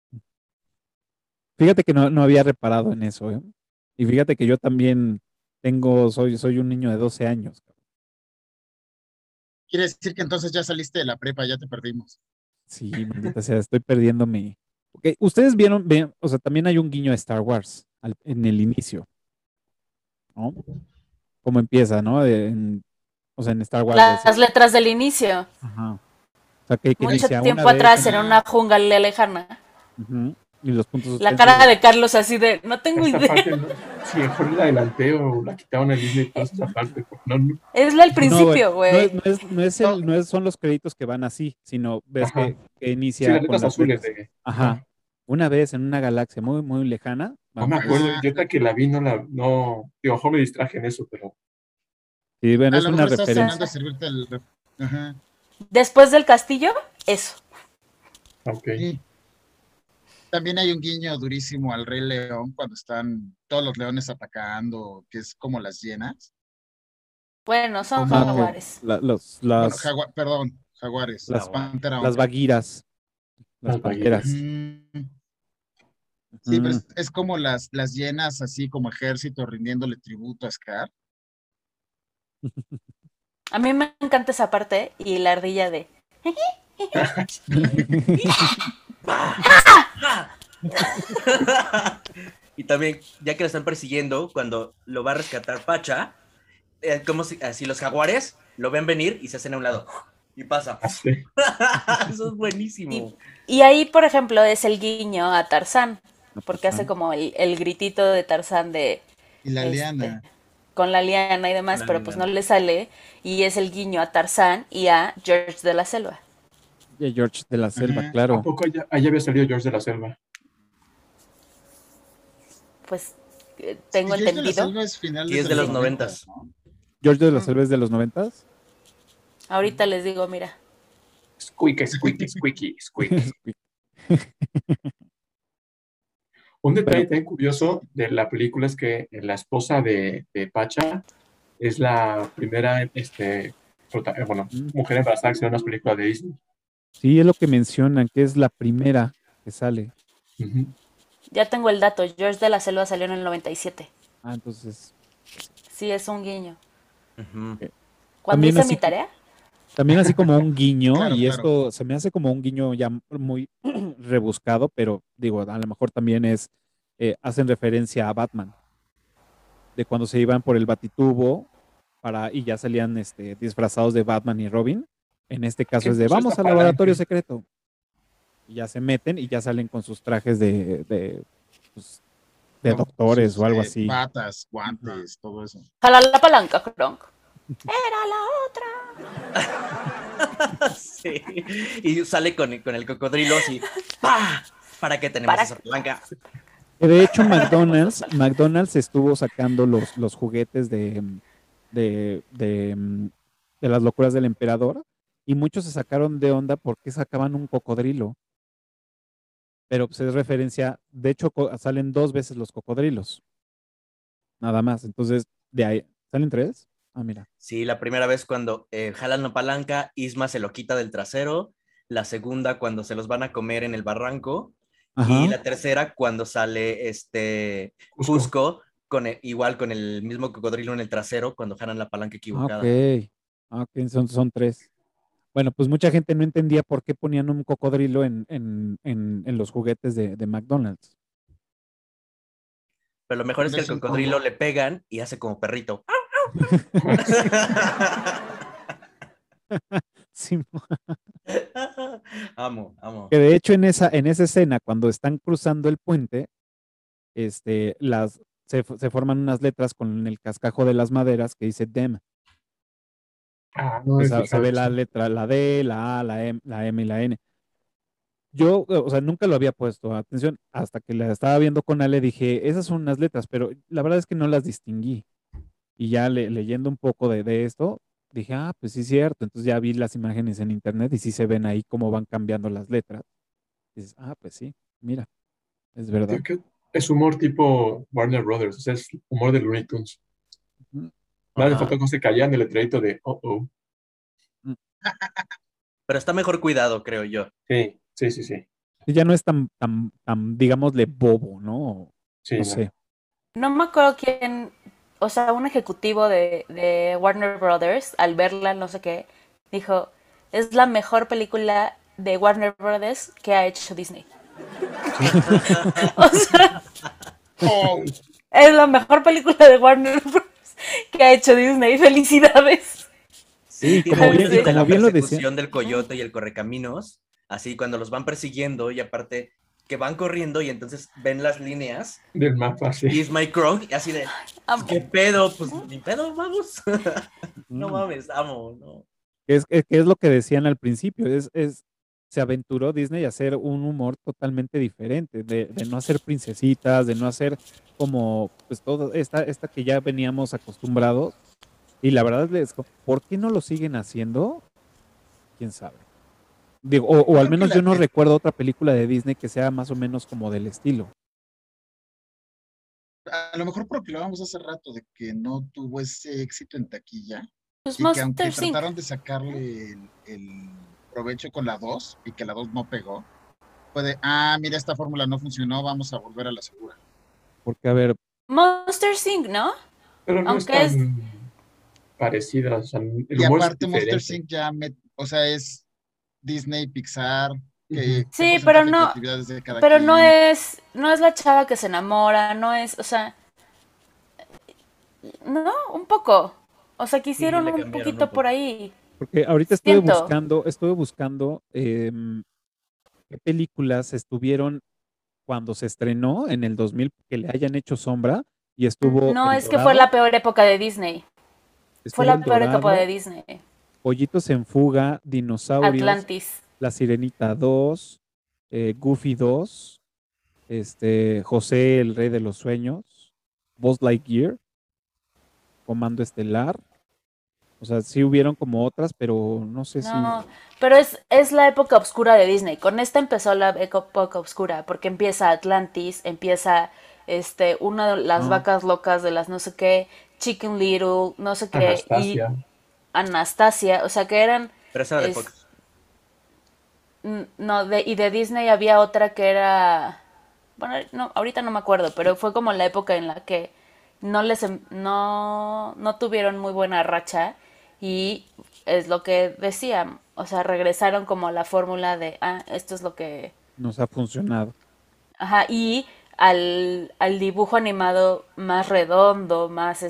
Fíjate que no había reparado en eso, ¿eh? Y fíjate que yo también soy un niño de 12 años. Quiere decir que entonces ya saliste de la prepa, ya te perdimos. Sí, maldita sea, estoy perdiendo mi. Ok, ustedes vieron, o sea, también hay un guiño a Star Wars en el inicio, ¿no? Cómo empieza, ¿no? O sea, en Star Wars Las letras del inicio. ajá. O sea, que Mucho dice a una tiempo vez, atrás, en una jungla lejana. ujú, y los puntos La suspensos cara de Carlos así de, no tengo Esta idea. parte, ¿no? Si mejor la adelanté o la quitaron en Disney Plus, esa parte. No. Es la del No, güey, principio, güey. No, son los créditos que van así, sino ves Ajá. que Sí, inicia las con letras las azules letras. de. Ajá. Ajá. Una vez en una galaxia muy, muy lejana, No me vamos. acuerdo. ah, Yo hasta que la vi, no, digo, mejor me distraje en eso, pero. Sí, bueno, a es lo una mejor estás referencia. terminando de servirte Ajá, Después del castillo, eso. Ok. sí. También hay un guiño durísimo al Rey León cuando están todos los leones atacando, que es como las hienas. Bueno, son Ah, que Como, jaguares. bueno, perdón, jaguares, las, Jaguar. pantera las oca. vaguiras, las Las vaguilas. panteras. Ujú. Sí, pero Ujú. es como las hienas, así como ejército rindiéndole tributo a Scar. A mí me encanta esa parte y la ardilla de... Y también, ya que lo están persiguiendo, cuando lo va a rescatar Pacha, como si los jaguares lo ven venir y se hacen a un lado. Y pasa. Así. Eso es buenísimo. Y ahí, por ejemplo, es el guiño a Tarzán, Ah, porque hace como el gritito de Tarzán de, Y la este, liana. con la liana y demás, La pero pues no liana. le sale, y es el guiño a Tarzán y a George de la Selva. Y George de la Selva, Ajá. ¿A claro. poco allá había salido George de la Selva? Pues Sí, tengo George de la entendido. Selva es Y finales es de de los los 90, noventas. ¿no? George de la Ah, Selva es de los 90s. Ahorita les digo, mira. Squeaky, squeaky, squeaky, squeak. Un detalle Bueno, también curioso de la película es que la esposa de Pacha es la primera mm, mujer embarazada que se ve en las películas de Disney. sí, es lo que mencionan, que es la primera que sale. Ujú. Ya tengo el dato. George de la Selva salió en el 97. Ah, entonces, Sí, es un guiño. Ujú. Cuando también hice así, mi tarea, también así como un guiño, claro, y claro. esto se me hace como un guiño ya muy rebuscado, pero digo, a lo mejor también hacen referencia a Batman, de cuando se iban por el Batitubo y ya salían disfrazados de Batman y Robin. En este caso ¿Quién es de puso vamos esta al laboratorio palanca? secreto. Y ya se meten y ya salen con sus trajes pues, de Como doctores sus o algo así. batas, Ajá. guantes, todo eso. jala la palanca, Kronk. Era la otra. Sí. Y sale con el cocodrilo así. ¡Pah! ¿Para qué tenemos Para... esa palanca? Que de hecho, McDonald's estuvo sacando los juguetes de las locuras del emperador y muchos se sacaron de onda porque sacaban un cocodrilo. Pero pues es referencia, de hecho, salen dos veces los cocodrilos, nada más. Entonces, de ahí, ¿salen tres? Ah, mira. Sí, la primera vez cuando jalan la palanca, Isma se lo quita del trasero. La segunda cuando se los van a comer en el barranco. Y Ajá. la tercera cuando sale Cusco. Cusco igual con el mismo cocodrilo en el trasero cuando jalan la palanca Ah, ok. equivocada. Ah, ok, son tres. Bueno, pues mucha gente no entendía por qué ponían un cocodrilo en los juguetes de McDonald's. Pero lo mejor es Pero que el es un cocodrilo cono. le pegan y hace como perrito. Sí, Amo, amo. que de hecho en esa escena, cuando están cruzando el puente, se forman unas letras con el cascajo de las maderas que dice DEM. No me he Entonces se fijado ve eso. la letra, la D, la A, la M y la N. Yo, o sea, nunca lo había puesto atención hasta que la estaba viendo con Ale, dije, esas son unas letras, pero la verdad es que no las distinguí. Y ya leyendo un poco de esto, dije, ah, pues sí es cierto. Entonces ya vi las imágenes en internet y sí se ven ahí cómo van cambiando las letras. Y dices, ah, pues sí, mira, es verdad. Tío, que es humor tipo Warner Brothers, o sea, es humor de Looney Tunes. Ujú. Nada, le Ajá. faltó que se caían el letrerito de oh. Pero está mejor cuidado, creo yo. Sí. Y ya no es tan, digámosle, bobo, ¿no? Sí, No no. sé. No me acuerdo quién, o sea, un ejecutivo de Warner Brothers, al verla, no sé qué, dijo, es la mejor película de Warner Brothers que ha hecho Disney. O sea, Oh, es la mejor película de Warner Bros. Que ha hecho Disney. Felicidades. Sí, Y como la bien, escena de la lo decía. persecución del coyote y el correcaminos, así cuando los van persiguiendo y aparte que van corriendo y entonces ven las líneas Del mapa, sí. y es Mike Krong y así de, Amo. ¿qué pedo? Pues ni pedo, vamos. No Mm. mames, amo, ¿no? Que es lo que decían al principio, se aventuró Disney a hacer un humor totalmente diferente, de no hacer princesitas, de no hacer como pues todo esta que ya veníamos acostumbrados. Y la verdad es, ¿por qué no lo siguen haciendo? ¿Quién sabe? Digo, o al creo que menos yo no recuerdo otra película de Disney que sea más o menos como del estilo. a lo mejor porque lo vamos hace rato de que no tuvo ese éxito en taquilla Pues y que aunque Monster Inc. trataron de sacarle el provecho con la 2 y que la 2 no pegó, fue de, mira, esta fórmula no funcionó, vamos a volver a la segura. Porque, a ver, Monster Inc., ¿no? Pero no es Aunque es. tan parecida, o sea, el Y humor es aparte Monster diferente. Inc. ya, o sea, es Disney, Pixar, Ujú. ¿qué Sí, porcentaje de creatividad es de cada pero no quien? es, no es la chava que se enamora, no es, o sea, no, un poco. O sea, Sí, quisieron le un cambiaron un poquito por poco. ahí. porque ahorita Siento. estuve buscando qué películas estuvieron cuando se estrenó en el 2000 que le hayan hecho sombra y estuvo No, El es que fue Dorado, la peor época de Disney. Fue estuvo la El peor época de Dorado, Disney. Pollitos en Fuga, Dinosaurios, Atlantis. La Sirenita 2, Goofy 2, José el Rey de los Sueños, Buzz Lightyear, Comando Estelar. O sea, sí hubieron como otras, pero no sé si... No, pero es la época oscura de Disney. Con esta empezó la época oscura, porque empieza Atlantis, empieza una de las No, vacas locas de las no sé qué, Chicken Little, no sé qué, y Anastasia. Anastasia, o sea que eran, Pero esa era de es, Fox. no, y de Disney había otra que era, bueno, no, ahorita no me acuerdo, pero fue como la época en la que no tuvieron muy buena racha y es lo que decían, o sea, regresaron como a la fórmula de, esto es lo que, nos ha funcionado. ajá, y al dibujo animado más redondo, más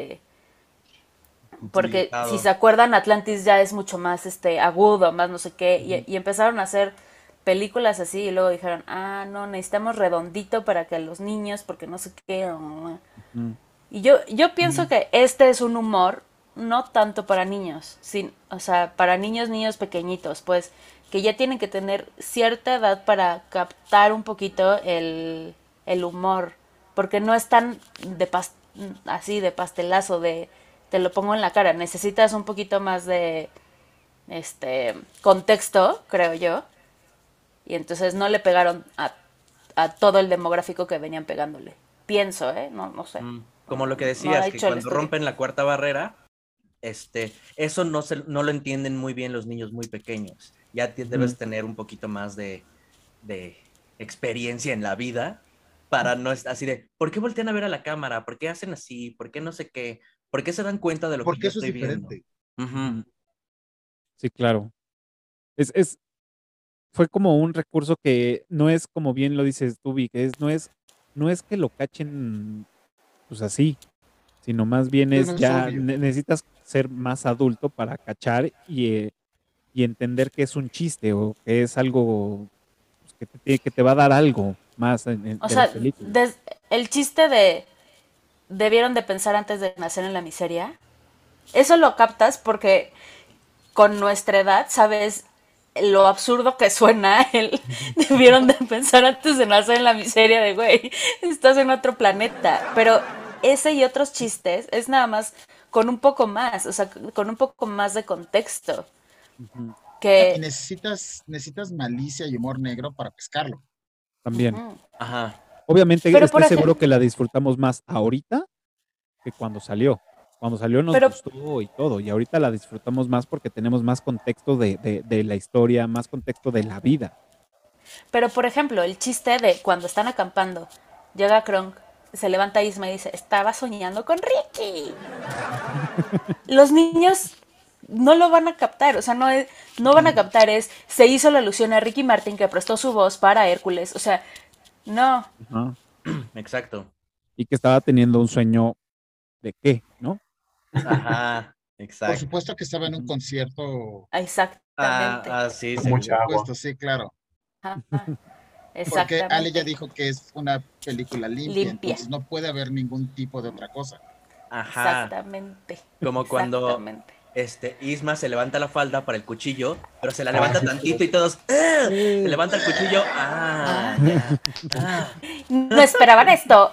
porque si Utilizado. se acuerdan, Atlantis ya es mucho más agudo, más no sé qué, y empezaron a hacer películas así y luego dijeron, no, necesitamos redondito para que los niños, porque no sé qué. Mm. Y yo pienso que este es un humor no tanto para niños, o sea, para niños pequeñitos, pues, que ya tienen que tener cierta edad para captar un poquito el humor, porque no es tan así de pastelazo, de te lo pongo en la cara, necesitas un poquito más de contexto, creo yo, y entonces no le pegaron a todo el demográfico que venían pegándole. Pienso, no sé. Como lo que No ha decías, que hecho el cuando estudio. rompen la cuarta barrera, eso no lo entienden muy bien los niños muy pequeños. Ya debes tener un poquito más de experiencia en la vida para no estar así de, ¿por qué voltean a ver a la cámara? ¿Por qué hacen así? ¿Por qué no sé qué? ¿Por qué se dan cuenta de lo que Porque yo eso es estoy viendo? diferente. Ujú. Sí, claro. Fue como un recurso que no es como bien lo dices tú, Vic, no es que lo cachen pues así, sino más bien Sí, es no es ya obvio. necesitas ser más adulto para cachar y entender que es un chiste o que es algo pues, que te va a dar algo más O de la sea, película. el chiste de debieron de pensar antes de nacer en la miseria, eso lo captas porque con nuestra edad sabes lo absurdo que suena el debieron de pensar antes de nacer en la miseria de güey, estás en otro planeta, pero ese y otros chistes es nada más con un poco más, o sea, con un poco más de contexto Ujú. Y que necesitas malicia y humor negro para pescarlo. También. Ajá. Obviamente pero estoy por seguro ejemplo, que la disfrutamos más ahorita que cuando salió. Cuando salió nos Pero, gustó y todo, y ahorita la disfrutamos más porque tenemos más contexto de la historia, más contexto de la vida. pero, por ejemplo, el chiste de cuando están acampando, llega Kronk, se levanta Isma y dice, estaba soñando con Ricky. Los niños no lo van a captar, o sea, no van a captar se hizo la alusión a Ricky Martin que prestó su voz para Hércules, o sea, no. Ajá. Exacto. Y que estaba teniendo un sueño de qué, ¿no? Ajá, Por exacto. supuesto que estaba en un concierto. Exactamente. Sí, Con seguro. mucha Por agua. supuesto, sí, claro. Ajá, Porque Ale ya exactamente. dijo que es una película limpia, Limpia. entonces no puede haber ningún tipo de otra cosa. Ajá. Exactamente. Como cuando Exactamente. Isma se levanta la falda para el cuchillo, pero se la Ah, levanta sí, tantito sí. y todos ¡ah! Se levanta el cuchillo. Ya. Ah. No esperaban esto,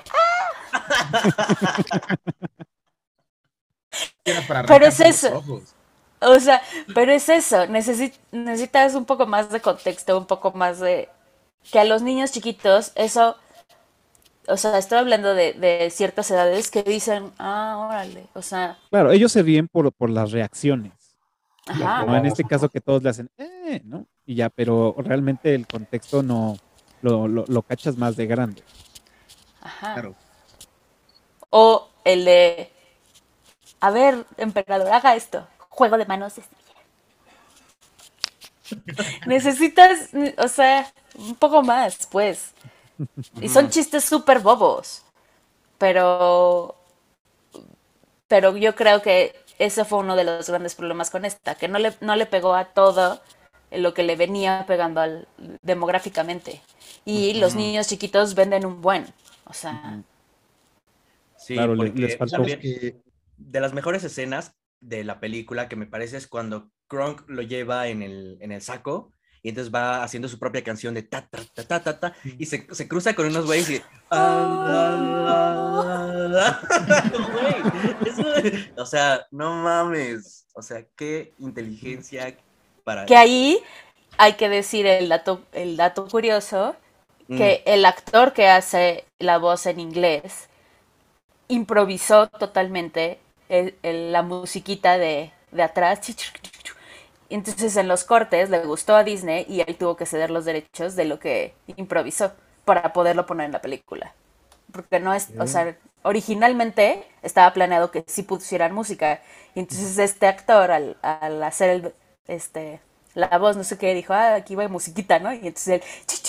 Era para pero es arrancarse los eso. ojos. O sea, pero es eso. Necesitas un poco más de contexto, un poco más de... Que a los niños chiquitos, eso... O sea, estoy hablando de ciertas edades que dicen, órale. O sea, Claro, ellos se ríen por las reacciones, Las ajá, ¿no? En bobadas, este caso que todos le hacen, ¿no? Y ya, pero realmente el contexto no lo cachas más de grande. ajá. Claro. O el de, a ver, emperador, haga esto. Juego de manos. Necesitas, o sea, un poco más, pues. Y son chistes súper bobos. Pero, pero yo creo que ese fue uno de los grandes problemas con esta, que no le pegó a todo lo que le venía pegando demográficamente. Y los Ujú. niños chiquitos venden un buen. O sea, Sí, Claro, les porque faltó. Sabes también que de las mejores escenas de la película que me parece es cuando Kronk lo lleva en el saco y entonces va haciendo su propia canción de ta ta ta ta ta, ta y se cruza con unos güeyes y güey, o sea, no mames, o sea, qué inteligencia para que ahí hay que decir el dato curioso, Mm, que el actor que hace la voz en inglés improvisó totalmente la musiquita de atrás. Entonces en los cortes le gustó a Disney y él tuvo que ceder los derechos de lo que improvisó para poderlo poner en la película. Porque no es, o sea, originalmente estaba planeado que sí pusieran música. Y entonces este actor al hacer la voz, no sé qué, dijo, aquí va musiquita, ¿no? Y entonces él,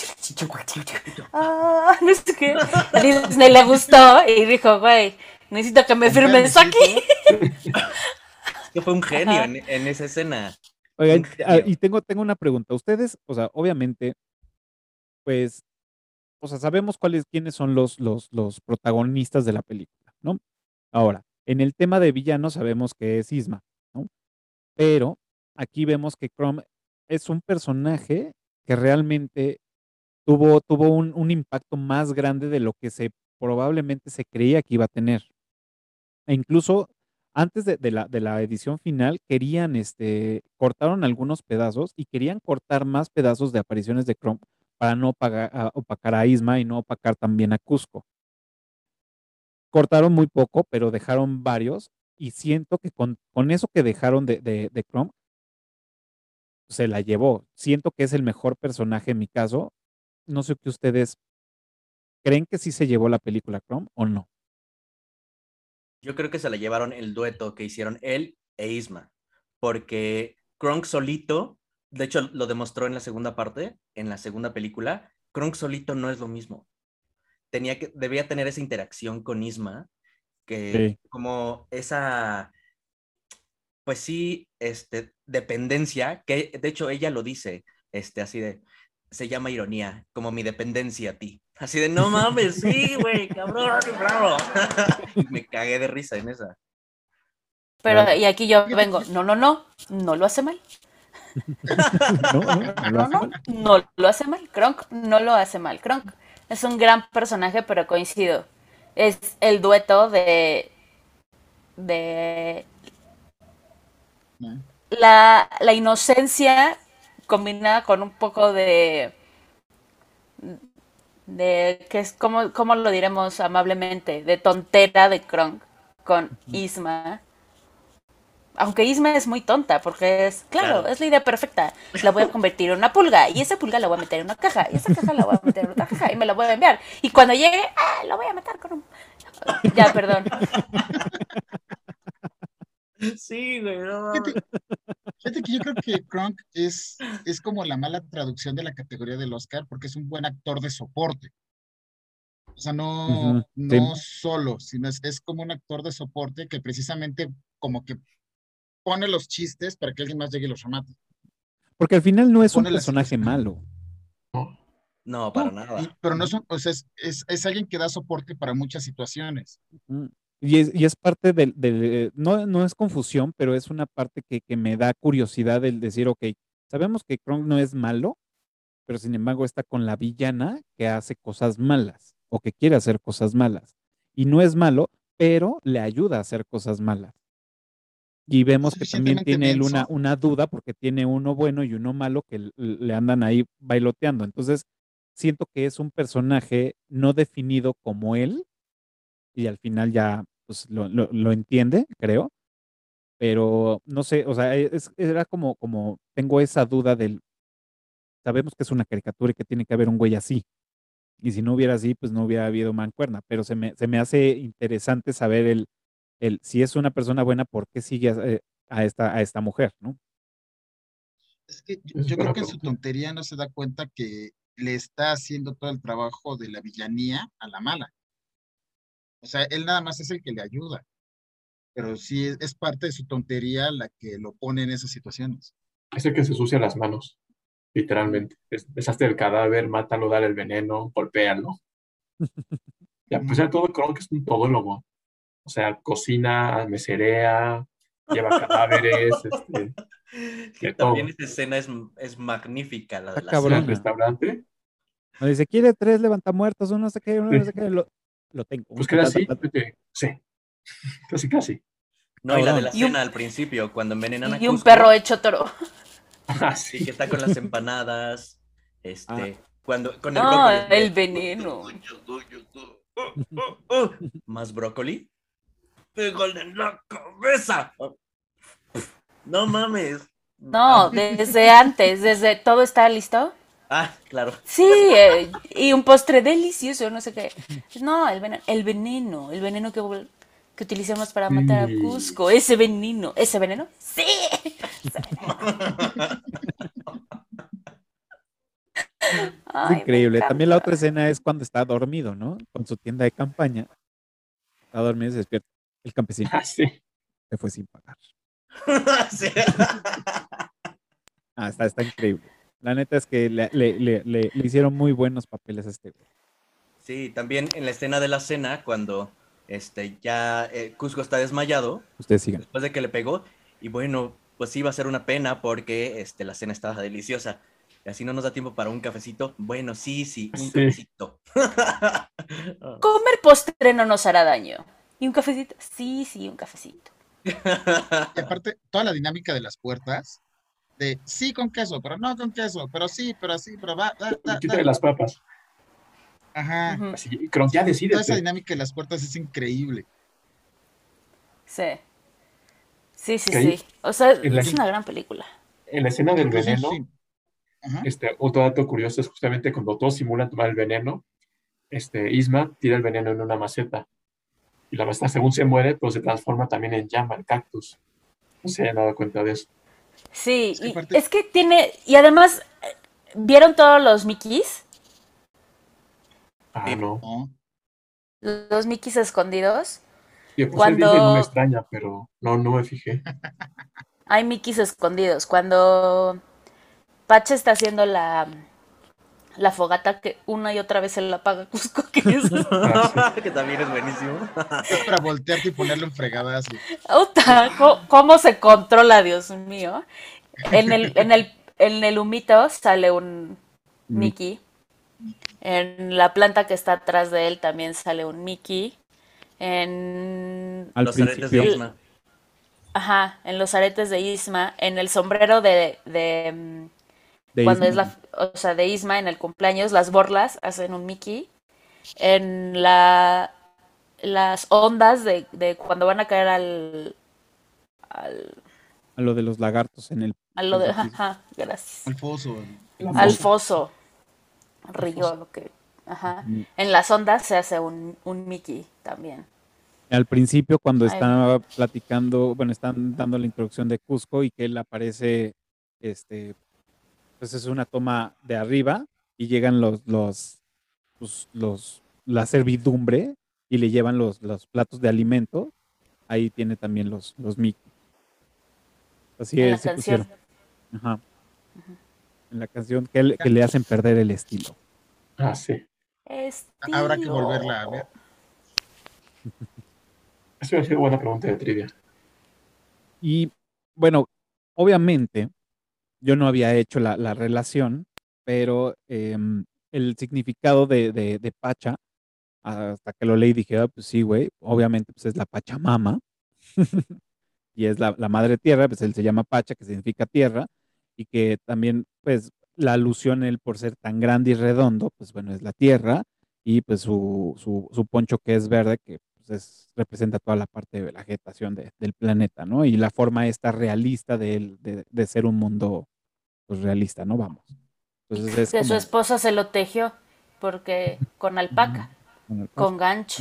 no sé qué. A Disney le gustó y dijo, güey, necesito que me un firmes aquí. permisito. es que fue un genio Ajá. en esa escena, un Oigan, genio. y tengo una pregunta. Ustedes, o sea, obviamente, pues, o sea, sabemos quiénes son los protagonistas de la película, ¿no? Ahora, en el tema de villano sabemos que es Isma, ¿no? Pero aquí vemos que Chrome es un personaje que realmente tuvo un impacto más grande de lo que probablemente se creía que iba a tener. E incluso antes de la edición final querían, cortaron algunos pedazos y querían cortar más pedazos de apariciones de Chrome para no opacar a Isma y no opacar también a Cusco. Cortaron muy poco, pero dejaron varios y siento que con eso que dejaron de Chrome, se la llevó. Siento que es el mejor personaje en mi caso. No sé qué ustedes creen que sí se llevó la película Chrome o no. Yo creo que se la llevaron el dueto que hicieron él e Isma, porque Kronk solito, de hecho lo demostró en la segunda parte, en la segunda película, Kronk solito no es lo mismo. Debía tener esa interacción con Isma, que Sí. como esa, pues sí, dependencia, que de hecho ella lo dice, así de, se llama ironía, como mi dependencia a ti. Así de, no mames, sí, güey, cabrón, bravo. Y me cagué de risa en esa. Pero, y aquí yo Fíjate vengo, que no lo hace mal. No lo hace mal. No lo hace mal. Kronk no lo hace mal. Kronk es un gran personaje, pero coincido. Es el dueto de ¿no? la inocencia combinada con un poco que es, ¿cómo lo diremos amablemente? De tontera de Kronk con Isma. Aunque Isma es muy tonta, porque claro, es la idea perfecta. La voy a convertir en una pulga, y esa pulga la voy a meter en una caja, y esa caja la voy a meter en otra caja, y me la voy a enviar. Y cuando llegue, la voy a matar con un... Ya, perdón. Sí, güey, no. Fíjate que yo creo que Kronk es como la mala traducción de la categoría del Oscar, porque es un buen actor de soporte. O sea, Ujú, sí, no solo, sino es como un actor de soporte que precisamente como que pone los chistes para que alguien más llegue y los remate. porque al final no O es un pone la personaje situación. malo. No, No, para No, nada. pero no son, o sea, es alguien que da soporte para muchas situaciones. Mm. Y es parte no es confusión, pero es una parte que me da curiosidad el decir, ok, sabemos que Kronk no es malo, pero sin embargo está con la villana que hace cosas malas o que quiere hacer cosas malas. Y no es malo, pero le ayuda a hacer cosas malas. Y Es vemos que también suficientemente tiene él menso. una duda porque tiene uno bueno y uno malo que le andan ahí bailoteando. Entonces, siento que es un personaje no definido como él y al final ya pues, lo entiende, creo, pero no sé, o sea, era como tengo esa duda sabemos que es una caricatura y que tiene que haber un güey así, y si no hubiera así, pues no hubiera habido mancuerna, pero se me hace interesante saber si es una persona buena, ¿por qué sigue a esta mujer, ¿no? Es que es yo creo buena que en su pregunta. tontería no se da cuenta que le está haciendo todo el trabajo de la villanía a la mala. O sea, él nada más es el que le ayuda, pero sí es parte de su tontería la que lo pone en esas situaciones. Es el que se sucia las manos, literalmente. Deshazte el cadáver, mátalo, dale el veneno, golpéalo. Ya, pues Ujú. ya todo creo que es un todólogo. O sea, cocina, meserea, lleva cadáveres, Que de también todo. esa escena es magnífica, la Está de la En el cena. cabrona. restaurante, Me dice, ¿quiere 3 levantamuertos? Uno no sé qué, uno no sé sí, qué, lo tengo. pues Ta, queda ta, ta, así, ta. sí, casi, casi. No, y la de Cabrón. la cena al principio, cuando envenenan a Y un perro Cusco, hecho toro. Ah, sí, que sí. está con las empanadas, Ah, con el No, brócoli, así el de, veneno. más brócoli, pégale en la cabeza. No mames. No, desde antes, desde todo está listo. Claro. Sí, y un postre delicioso, no sé qué. No, el veneno que utilizamos para matar a Sí. Cusco, ese veneno, sí. es Ay, me increíble. También la encanta. otra escena es cuando está dormido, ¿no? Con su tienda de campaña. Está dormido y se despierta. El campesino Ah, sí. se fue sin pagar. Sí. Está increíble. La neta es que le hicieron muy buenos papeles a este güey. Sí, también en la escena de la cena, cuando ya Cusco está desmayado, Ustedes sigan. después de que le pegó, y bueno, pues sí va a ser una pena porque la cena estaba deliciosa. Y así no nos da tiempo para un cafecito. Bueno, sí, un Sí. cafecito. Comer postre no nos hará daño. ¿Y un cafecito? Sí, sí, un cafecito. Y aparte, toda la dinámica de las puertas, de sí con queso, pero no con queso, pero sí, pero así, pero va, Quítale las papas. Ajá. Ujú. Así, Kronk, ya Toda esa decídete. dinámica de las puertas es increíble. Sí, sí, sí, Que ahí, sí. O sea, en la, es una gran película. en la escena Que del incluso veneno, sí. Ajá. otro dato curioso es justamente cuando todos simulan tomar el veneno, Isma tira el veneno en una maceta. Y la maceta, según se muere, pues se transforma también en llama, el cactus. No se hayan dado cuenta de eso. Sí, Es que y aparte, es que tiene, y además, ¿vieron todos los Mickeys? Ah, Sí. no. no. Los Mickeys escondidos. Y pues el Disney no me Cuando extraña, pero no me fijé. hay Mickeys escondidos, cuando Pacha está haciendo la fogata que una y otra vez se la apaga Cusco, que es... Ah, sí. Que también es buenísimo. Es para voltearte y ponerlo en fregadazo. Uta, ¿cómo se controla, Dios mío? En el humito sale un Mickey. En la planta que está atrás de él también sale un Mickey. En, Al Los aretes de principio el- Isma. ajá, en los aretes de Isma, en el sombrero de de cuando Isma. es o sea, de Isma en el cumpleaños, las borlas hacen un Mickey. En las ondas de cuando van a caer al A lo de los lagartos en el A lo de, piso. ajá, gracias. Al foso. Al foso. Río, lo que. Ajá. Ujú. En las ondas se hace un Mickey también. Al principio, cuando Ay, están platicando, bueno, están dando la introducción de Cusco y que él aparece, pues es una toma de arriba y llegan la servidumbre y le llevan los platos de alimento. Ahí tiene también los Mickey. Así en la es, sí canción. pusieron. Ajá. En la canción que le hacen perder el estilo. Ah, sí. Habrá que Estilo. volverla a ver. Eso ha sido buena pregunta de trivia. Y bueno, obviamente, yo no había hecho la relación, pero el significado de Pacha, hasta que lo leí, dije, pues sí, güey, obviamente pues es la Pachamama, y es la madre tierra, pues él se llama Pacha, que significa tierra, y que también, pues, la alusión él por ser tan grande y redondo, pues bueno, es la tierra, y pues su poncho que es verde, que pues, representa toda la parte de vegetación del planeta, ¿no? Y la forma esta realista de él, de ser un mundo, pues, realista, ¿no? Vamos. Entonces es Que su como... esposa se lo tejió porque con alpaca, Con el pacha. con gancho.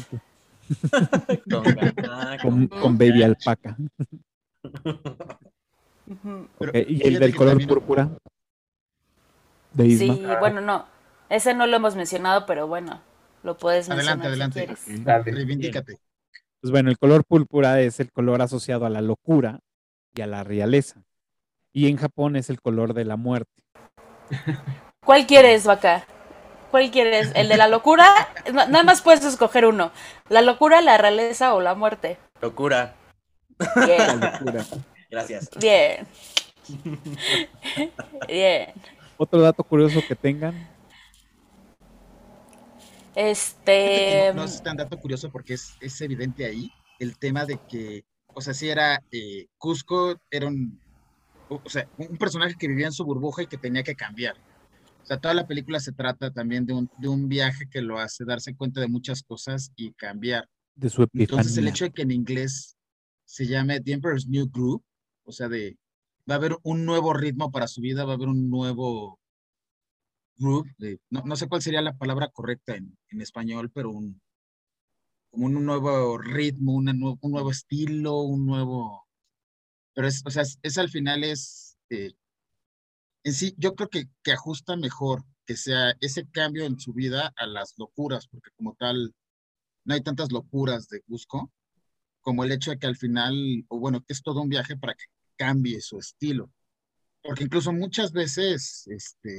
Con baby alpaca. Ok, Pero y el fíjate del que color también púrpura de Isma. Sí, bueno, no. Ese no lo hemos mencionado, pero bueno, lo puedes adelante, mencionar si adelante. quieres. Dale. Reivindícate. Pues bueno, el color púrpura es el color asociado a la locura y a la realeza. Y en Japón es el color de la muerte. ¿Cuál quieres, Vaca? ¿Cuál quieres? ¿El de la locura? Nada más puedes escoger uno. ¿La locura, la realeza o la muerte? Locura. La Bien, locura. Gracias. bien. Bien. Otro dato curioso que tengan. Fíjate que no, Este. no es tan dato curioso porque es evidente ahí el tema de que, o sea, si era Cusco, era o sea, un personaje que vivía en su burbuja y que tenía que cambiar. O sea, toda la película se trata también de un viaje que lo hace darse cuenta de muchas cosas y cambiar. De su Entonces, el epifanía. hecho de que en inglés se llame The Emperor's New Groove, o sea, va a haber un nuevo ritmo para su vida, va a haber un nuevo groove, no sé cuál sería la palabra correcta en español, pero como un nuevo ritmo, un nuevo estilo, pero o sea, al final en sí, yo creo que ajusta mejor que sea ese cambio en su vida a las locuras, porque como tal, no hay tantas locuras de Cusco, como el hecho de que al final, o bueno, que es todo un viaje para que cambie su estilo, porque incluso muchas veces,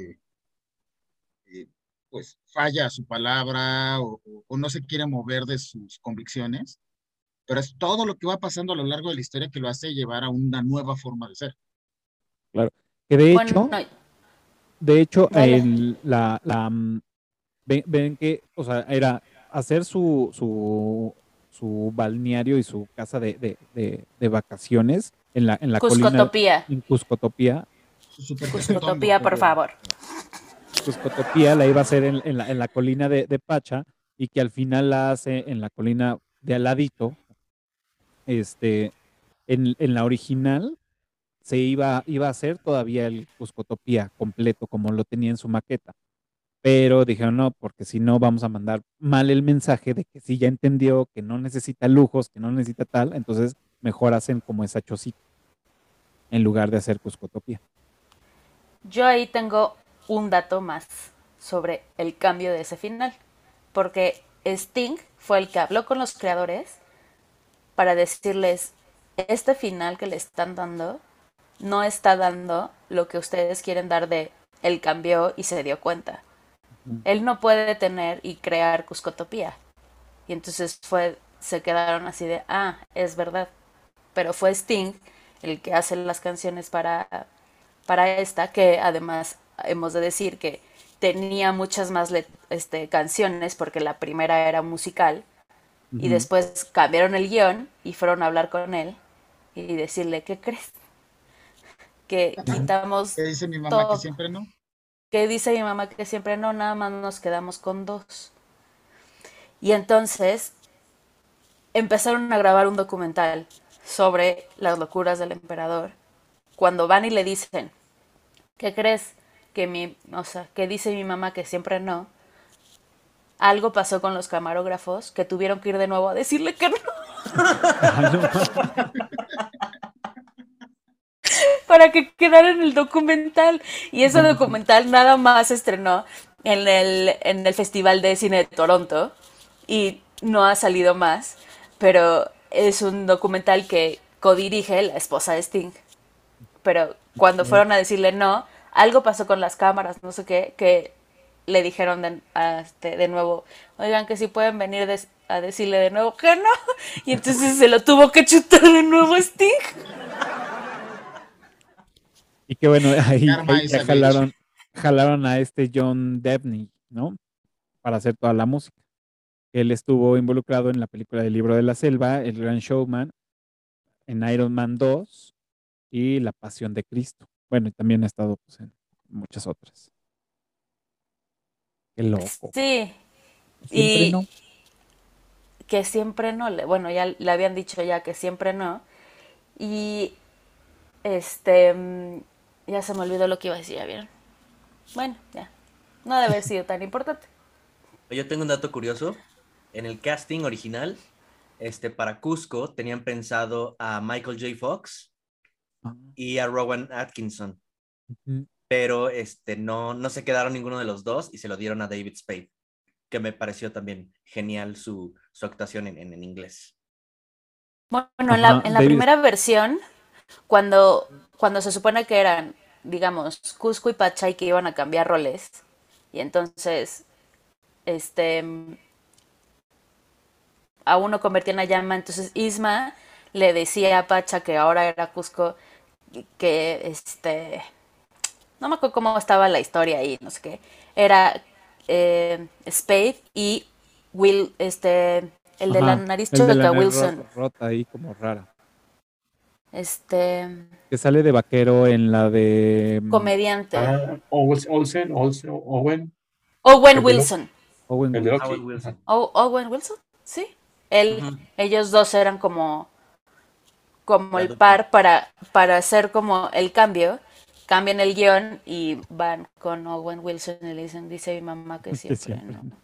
eh, pues falla su palabra o no se quiere mover de sus convicciones, pero es todo lo que va pasando a lo largo de la historia que lo hace llevar a una nueva forma de ser. Claro. Que de Bueno, hecho, dale. ven que, o sea, era hacer su balneario y su casa de vacaciones en la colina, Cuscotopía. en Cuscotopía. Su super cafetón, Cuscotopía, por Perdón. favor. Cuscotopía la iba a hacer en la colina de Pacha y que al final la hace en la colina de al ladito. En la original se iba a hacer todavía el Cuscotopía completo como lo tenía en su maqueta. Pero dijeron no, porque si no vamos a mandar mal el mensaje de que sí ya entendió que no necesita lujos, que no necesita tal, entonces mejor hacen como esa chocita en lugar de hacer Cuscotopía. Yo ahí tengo un dato más sobre el cambio de ese final. Porque Sting fue el que habló con los creadores para decirles, este final que le están dando no está dando lo que ustedes quieren dar de él cambió y se dio cuenta. Él no puede tener y crear Cuscotopía. Y entonces se quedaron así de, es verdad. Pero fue Sting el que hace las canciones para esta, que además hemos de decir que tenía muchas más canciones porque la primera era musical y después cambiaron el guión y fueron a hablar con él y decirle, ¿qué crees? Que quitamos ¿Qué dice mi mamá todo. que siempre no? Que dice mi mamá que siempre no, nada más nos quedamos con 2. Y entonces empezaron a grabar un documental sobre las locuras del emperador cuando van y le dicen, ¿qué crees? Que dice mi mamá que siempre no. Algo pasó con los camarógrafos que tuvieron que ir de nuevo a decirle que no. Para que quedara en el documental. Y ese documental nada más se estrenó en el Festival de Cine de Toronto. Y no ha salido más. Pero es un documental que codirige la esposa de Sting. Pero cuando fueron a decirle no, algo pasó con las cámaras, no sé qué, que le dijeron de nuevo, oigan, que si pueden venir a decirle de nuevo que no. Y entonces se lo tuvo que chutar de nuevo Sting. Y que bueno, ahí Karma is ya a bitch. jalaron a este John Debney, ¿no? Para hacer toda la música. Él estuvo involucrado en la película del Libro de la Selva, El Gran Showman, en Iron Man 2 y La Pasión de Cristo. Bueno, y también ha estado pues, en muchas otras. Qué loco. Sí, Siempre y no. que siempre no, bueno, ya le habían dicho ya que siempre no. Y ya se me olvidó lo que iba a decir, ¿ya vieron? Bueno, ya, no debe haber sido tan importante. Yo tengo un dato curioso. En el casting original, para Cusco tenían pensado a Michael J. Fox Ah, y a Rowan Atkinson, ujú. pero no se quedaron ninguno de los dos y se lo dieron a David Spade, que me pareció también genial su actuación en inglés. Bueno, Ajá, en la David. primera versión, cuando se supone que eran, digamos, Cusco y Pachay que iban a cambiar roles, y entonces, este, a uno convertían a llama, entonces Isma le decía a Pacha que ahora era Cusco, que no me acuerdo cómo estaba la historia ahí, no sé qué, era Spade y Will, el de la Ajá, nariz el de la chueca, nariz Wilson, rota ahí como rara. este Que sale de vaquero en la de comediante, Owen, Owen el de Wilson. Loki. Owen El de Wilson. Howard Loki. Ajá. Wilson. Owen Wilson, sí. Él, Ujú. ellos dos eran como La el dupla. par para hacer como el cambio. Cambian el guión y van con Owen Wilson y le dicen, dice mi mamá que Que siempre siempre no. no.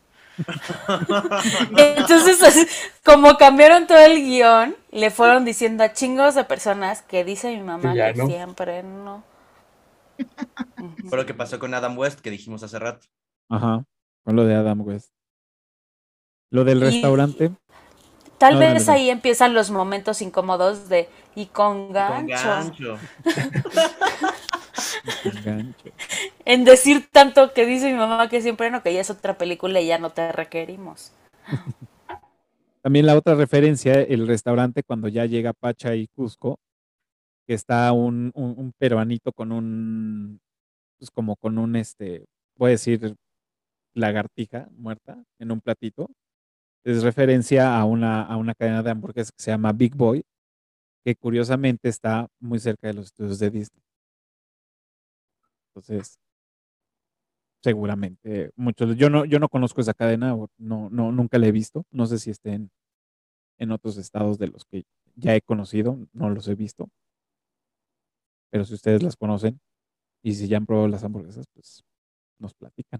Entonces, como cambiaron todo el guión, le fueron diciendo a chingos de personas que dice mi Que mamá ya que no. siempre no. Fue lo que pasó con Adam West, que dijimos hace rato. Ajá, con lo de Adam West. Lo del Y restaurante. tal No, dale, vez dale. ahí empiezan los momentos incómodos de y con Y con gancho. gancho. Y con gancho. En decir tanto que dice mi mamá que siempre no, que ya es otra película y ya no te requerimos. También la otra referencia, el restaurante cuando ya llega Pacha y Cusco, que está un peruanito con pues como con voy a decir, lagartija muerta en un platito. Es referencia a una cadena de hamburguesas que se llama Big Boy, que curiosamente está muy cerca de los estudios de Disney. Entonces, seguramente muchos, yo no conozco esa cadena, o nunca la he visto. No sé si esté en otros estados de los que ya he conocido, no los he visto. Pero si ustedes las conocen y si ya han probado las hamburguesas, pues nos platican.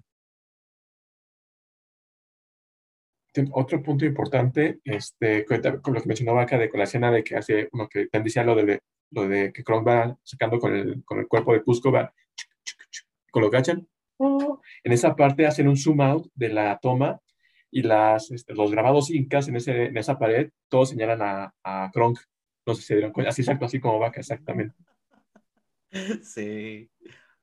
Otro punto importante, con lo que mencionaba acá con la escena de que hace uno que te decía lo de que Kronk va sacando con el cuerpo de Cusco, va con lo gachan. En esa parte hacen un zoom out de la toma y los grabados incas en esa pared, todos señalan a Kronk. No sé si se dieron cuenta, así exacto, así como Vaca, exactamente. Sí.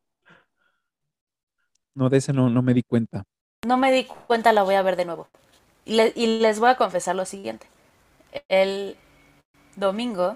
No, de ese no me di cuenta. No me di cuenta, la voy a ver de nuevo. Y les voy a confesar lo siguiente. El domingo,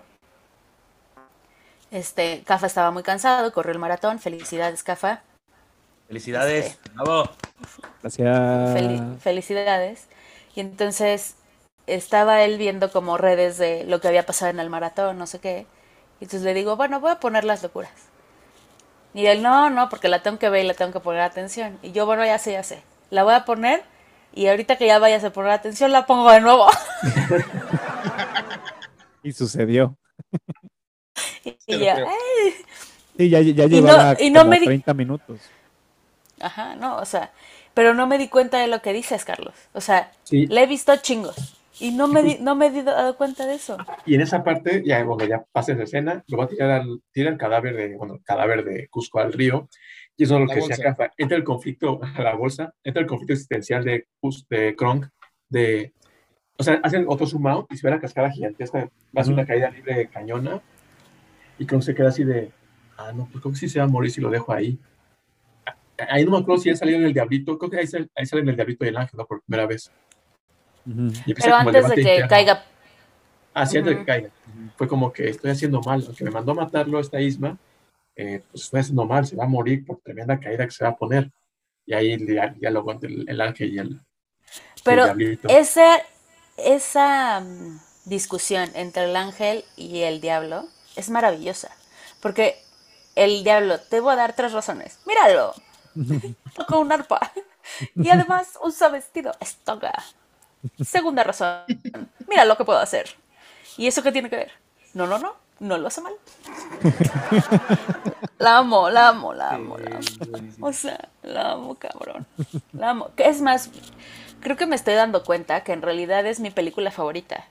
Cafa estaba muy cansado, corrió el maratón. Felicidades, Cafa. Felicidades. Bravo. Gracias. Felicidades. Y entonces estaba él viendo como redes de lo que había pasado en el maratón, no sé qué. Y entonces le digo, bueno, voy a poner las locuras. Y él, no, porque la tengo que ver y la tengo que poner atención. Y yo, bueno, ya sé. La voy a poner y ahorita que ya vayas a poner atención, la pongo de nuevo. Y sucedió. Y lo ya, creo. ¡ay! Sí, ya no- llevaba y no como me di- 30 minutos. Ajá, no, o sea, pero no me di cuenta de lo que dices, Carlos. O sea, Sí, le he visto chingos y no me he dado cuenta de eso. y en esa parte, ya cuando ya pasa esa escena, lo va a tira el cadáver el cadáver de Cusco al río, y eso es lo La que decía bolsa. Cafa. Entra el conflicto a la bolsa, entra el conflicto existencial de Kronk, o sea, hacen otro zoom out y se ve la cascada gigantesca, va a ser una caída libre de cañona, y Kronk se queda así no, pues creo que sí se va a morir si lo dejo ahí. Ahí no me acuerdo si ya salió en el Diablito, creo que ahí sale en el Diablito y el Ángel, ¿no? Por primera vez. Ujú. Y empieza Pero como el antes de debate que interno. caiga, Así antes de que Ujú. caiga. Fue como que estoy haciendo mal, aunque me mandó a matarlo esta Isma, pues estoy haciendo mal, se va a morir por tremenda caída que se va a poner. Y ahí ya lo aguanta el Ángel y el pero Diablito. esa discusión entre el ángel y el diablo es maravillosa. Porque el diablo, te voy a dar 3 razones. Míralo, toca un arpa. Y además usa vestido, es toga. Segunda razón, mira lo que puedo hacer. ¿Y eso qué tiene que ver? No lo hace mal. La amo. O sea, la amo, cabrón. La amo. Es más, creo que me estoy dando cuenta que en realidad es mi película favorita.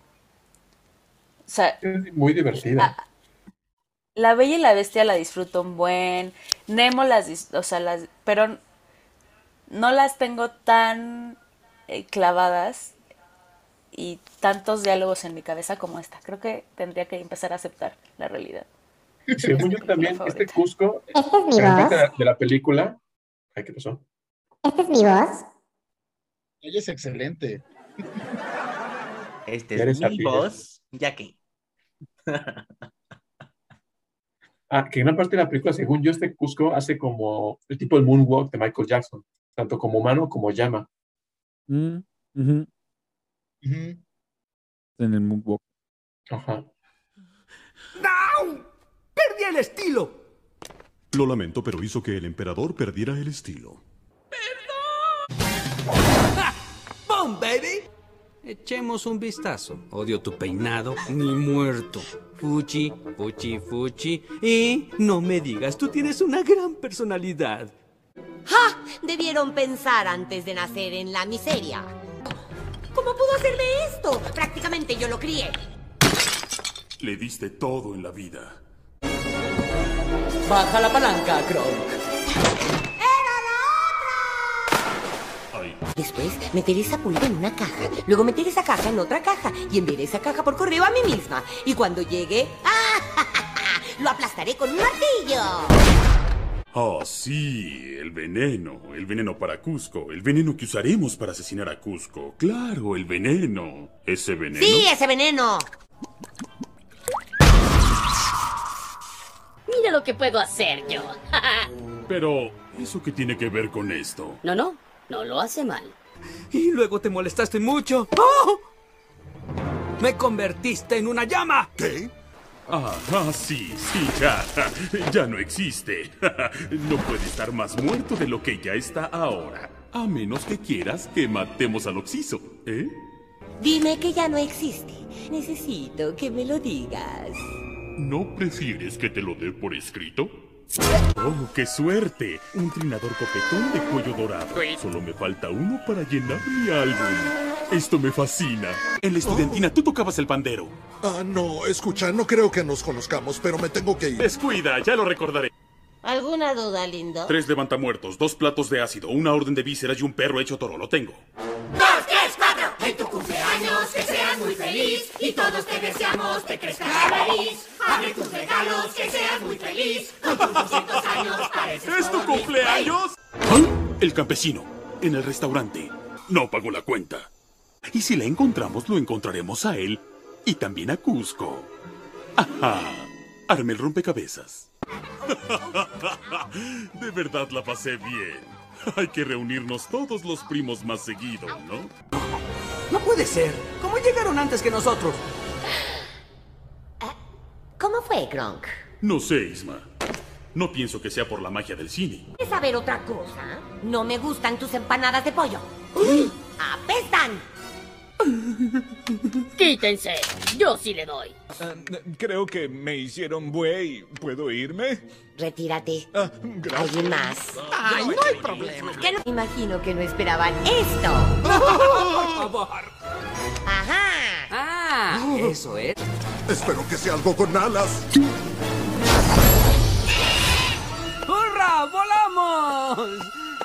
O sea, Es muy divertida. La Bella y la Bestia la disfruto un buen. Nemo pero no las tengo tan clavadas y tantos diálogos en mi cabeza como esta. Creo que tendría que empezar a aceptar la realidad. Según yo película también, favorita. Cusco, ¿Esta es mi gran voz? parte de la película. Ay, ¿qué pasó? ¿Esta es mi voz? Ella es excelente. Este Eres es mi así, voz, Jackie. Que gran parte de la película, según yo, Cusco hace como el tipo del moonwalk de Michael Jackson, tanto como humano como llama. Mm, ujú. Ujú. En el moonwalk. Ajá. ¡No! ¡Perdí el estilo! Lo lamento, pero hizo que el emperador perdiera el estilo. ¡Ja! ¡Boom, baby! Echemos un vistazo. Odio tu peinado, ni muerto. Fuchi. Y no me digas, tú tienes una gran personalidad. ¡Ja! Debieron pensar antes de nacer en la miseria. ¿Cómo pudo hacerme esto? Prácticamente yo lo crié. Le diste todo en la vida. Baja la palanca, Kronk. Ay, Después meteré esa pulga en una caja, luego meteré esa caja en otra caja y enviaré esa caja por correo a mí misma. Y cuando llegue, lo aplastaré con un martillo. ah, sí, el veneno para Cusco, el veneno que usaremos para asesinar a Cusco. Claro, el veneno. ¿Ese veneno? ¡Sí, ese veneno! Mira lo que puedo hacer yo. Pero, ¿eso qué tiene que ver con esto? No lo hace mal. Y luego te molestaste mucho. ¡Oh! ¡Me convertiste en una llama! ¿Qué? Sí, ya no existe. No puede estar más muerto de lo que ya está ahora. A menos que quieras que matemos al Oxiso, ¿eh? Dime que ya no existe. Necesito que me lo digas. ¿No prefieres que te lo dé por escrito? ¡Oh, qué suerte! Un trinador copetón de cuello dorado. Solo me falta uno para llenar mi álbum. Esto me fascina. En la estudiantina tú tocabas el pandero. No, escucha, no creo que nos conozcamos, pero me tengo que ir. Descuida, ya lo recordaré. ¿Alguna duda, lindo? 3 levantamuertos, 2 platos de ácido, una orden de vísceras y un perro hecho toro. Lo tengo. 2, 3, 4. En tu cumpleaños, que seas muy feliz. Y todos te deseamos que crezca la nariz. Abre tus regalos, que seas muy feliz. Con tus 200 años pareces ¿Es tu todo Luis cumpleaños? ¿Ah? El campesino, en el restaurante. No pagó la cuenta. Y si la encontramos, lo encontraremos a él y también a Cusco. ¡Ajá! Arme el rompecabezas. De verdad la pasé bien. Hay que reunirnos todos los primos más seguido, ¿no? No puede ser. ¿Cómo llegaron antes que nosotros? ¿Cómo fue, Kronk? No sé, Isma. No pienso que sea por la magia del cine. ¿Quieres saber otra cosa? No me gustan tus empanadas de pollo. ¡Apestan! Quítense. Yo sí le doy. Creo que me hicieron buey. ¿Puedo irme? Retírate. Gracias. ¿Alguien más? Ay, no hay problema. Que no... Imagino que no esperaban esto. Por favor. Ajá. Eso es. Espero que sea algo con alas. ¡Hurra! ¡Volamos!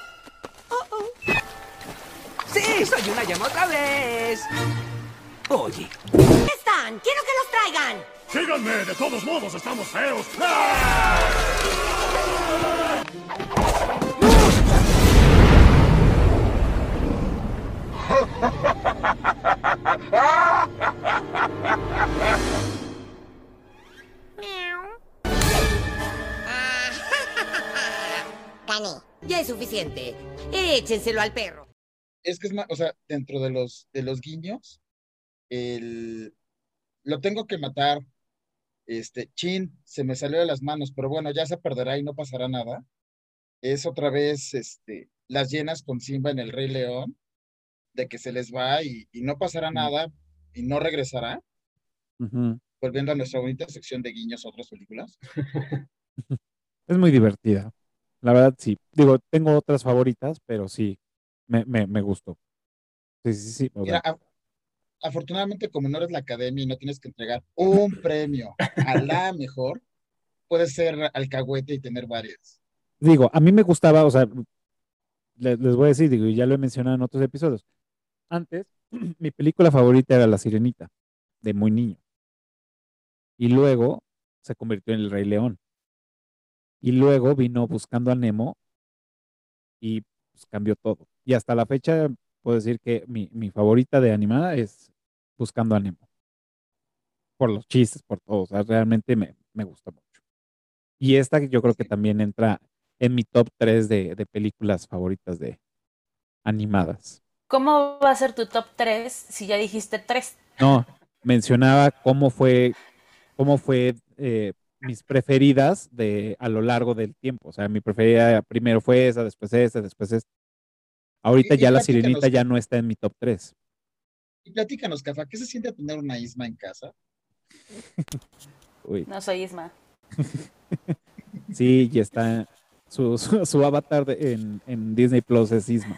¡Sí! ¡Soy una llama otra vez! Oye. ¿Dónde están? ¡Quiero que los traigan! ¡Síganme! De todos modos, estamos feos. Cani, ya es suficiente. Échenselo al perro. Es que es más, o sea, dentro de los guiños, lo tengo que matar. Chin, se me salió de las manos, pero bueno, ya se perderá y no pasará nada. Es otra vez, las llenas con Simba en el Rey León, de que se les va y no pasará nada y no regresará. Volviendo a nuestra bonita sección de guiños a otras películas. Es muy divertida. La verdad, sí. Digo, tengo otras favoritas, pero sí, me gustó. Sí. Mira, afortunadamente, como no eres la academia y no tienes que entregar un premio a la mejor, puedes ser alcahuete y tener varias. Digo, a mí me gustaba, o sea, les voy a decir, digo, y ya lo he mencionado en otros episodios. Antes, mi película favorita era La Sirenita, de muy niño. Y luego se convirtió en El Rey León. Y luego vino Buscando a Nemo y pues, cambió todo. Y hasta la fecha puedo decir que mi favorita de animada es Buscando a Nemo. Por los chistes, por todo. O sea, realmente me gusta mucho. Y esta yo creo que también entra en mi top 3 de películas favoritas de animadas. ¿Cómo va a ser tu top 3 si ya dijiste 3? No, mencionaba cómo fue mis preferidas a lo largo del tiempo. O sea, mi preferida primero fue esa, después esta, después esta. Ahorita ya La Sirenita ya no está en mi top 3. Y platícanos, Cafa, ¿qué se siente tener una Isma en casa? Uy. No soy Isma. Sí, y está su avatar en Disney Plus es Isma.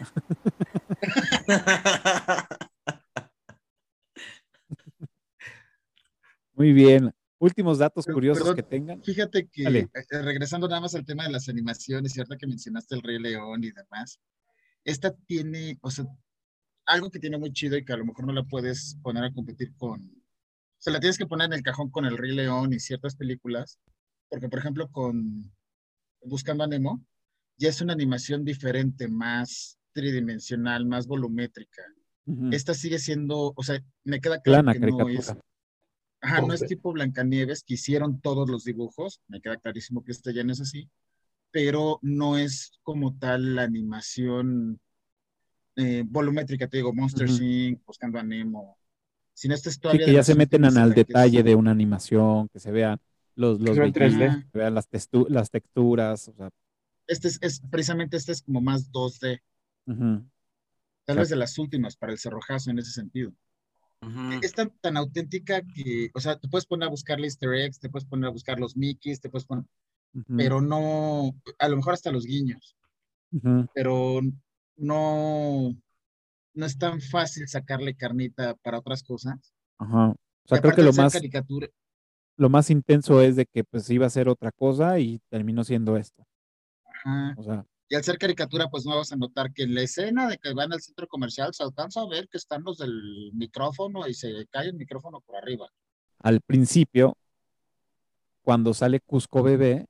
Muy bien. Últimos datos curiosos Perdón, que tengan. Fíjate que, Dale. regresando nada más al tema de las animaciones, cierto que mencionaste el Rey León y demás, esta tiene, o sea, algo que tiene muy chido y que a lo mejor no la puedes poner a competir con, o sea, la tienes que poner en el cajón con el Rey León y ciertas películas, porque por ejemplo con Buscando a Nemo, ya es una animación diferente, más tridimensional, más volumétrica. Esta sigue siendo, o sea, me queda claro Plana que no caricatura. es, no es tipo Blancanieves, que hicieron todos los dibujos, me queda clarísimo que esta ya no es así, pero no es como tal la animación volumétrica, te digo, Monster Inc., Buscando a Nemo, sino esta es Sí, todavía que de ya las se meten últimas al en la que detalle es- de una animación, que se vean los se ve en 3D. vellitos, que se vean las texturas, o sea, precisamente este es como más 2D, tal vez de las últimas para el cerrojazo en ese sentido. Es tan auténtica que, o sea, te puedes poner a buscar easter eggs, te puedes poner a buscar los Mickeys, te puedes poner, pero no, a lo mejor hasta los guiños, pero no es tan fácil sacarle carnita para otras cosas. Ajá. O Y sea, creo aparte que de lo ser más, caricatura, lo más intenso es de que pues iba a ser otra cosa y terminó siendo esto. ajá. O sea, Y al ser caricatura, pues no vas a notar que en la escena de que van al centro comercial se alcanza a ver que están los del micrófono y se cae el micrófono por arriba. al principio, cuando sale Cusco Bebé,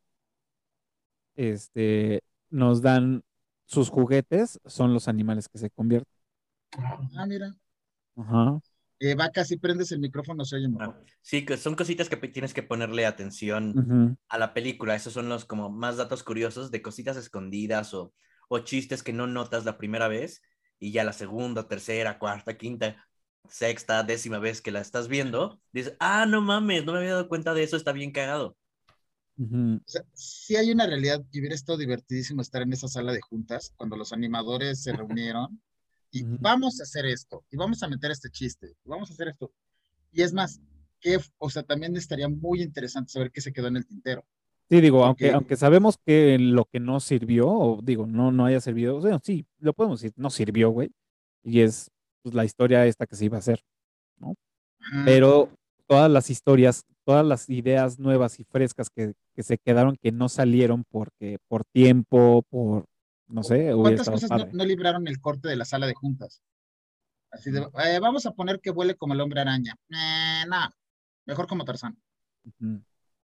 nos dan sus juguetes, son los animales que se convierten. Ah, mira. Ajá. Vaca, si prendes el micrófono se oye mejor. Sí, que son cositas que tienes que ponerle atención Ujú. a la película. Esos son los como más datos curiosos de cositas escondidas o chistes que no notas la primera vez y ya la segunda, tercera, cuarta, quinta, sexta, décima vez que la estás viendo, dices, ah, no mames, no me había dado cuenta de eso, está bien cagado. Ujú. O sea, sí hay una realidad y hubiera estado divertidísimo estar en esa sala de juntas cuando los animadores se reunieron y vamos a hacer esto, y vamos a meter este chiste, y vamos a hacer esto. Y es más, o sea, también estaría muy interesante saber qué se quedó en el tintero. Sí, digo, Porque, aunque sabemos que lo que no sirvió, o digo, no haya servido, o sea, sí, lo podemos decir, no sirvió, güey. Y es pues, la historia esta que se iba a hacer, ¿no? Pero todas las historias, todas las ideas nuevas y frescas que se quedaron, que no salieron porque por tiempo, por, no sé, hubiera ¿cuántas estado cosas padre. no libraron el corte de la sala de juntas? Así de, vamos a poner que vuele como el hombre araña. No, mejor como Tarzán. Ujú,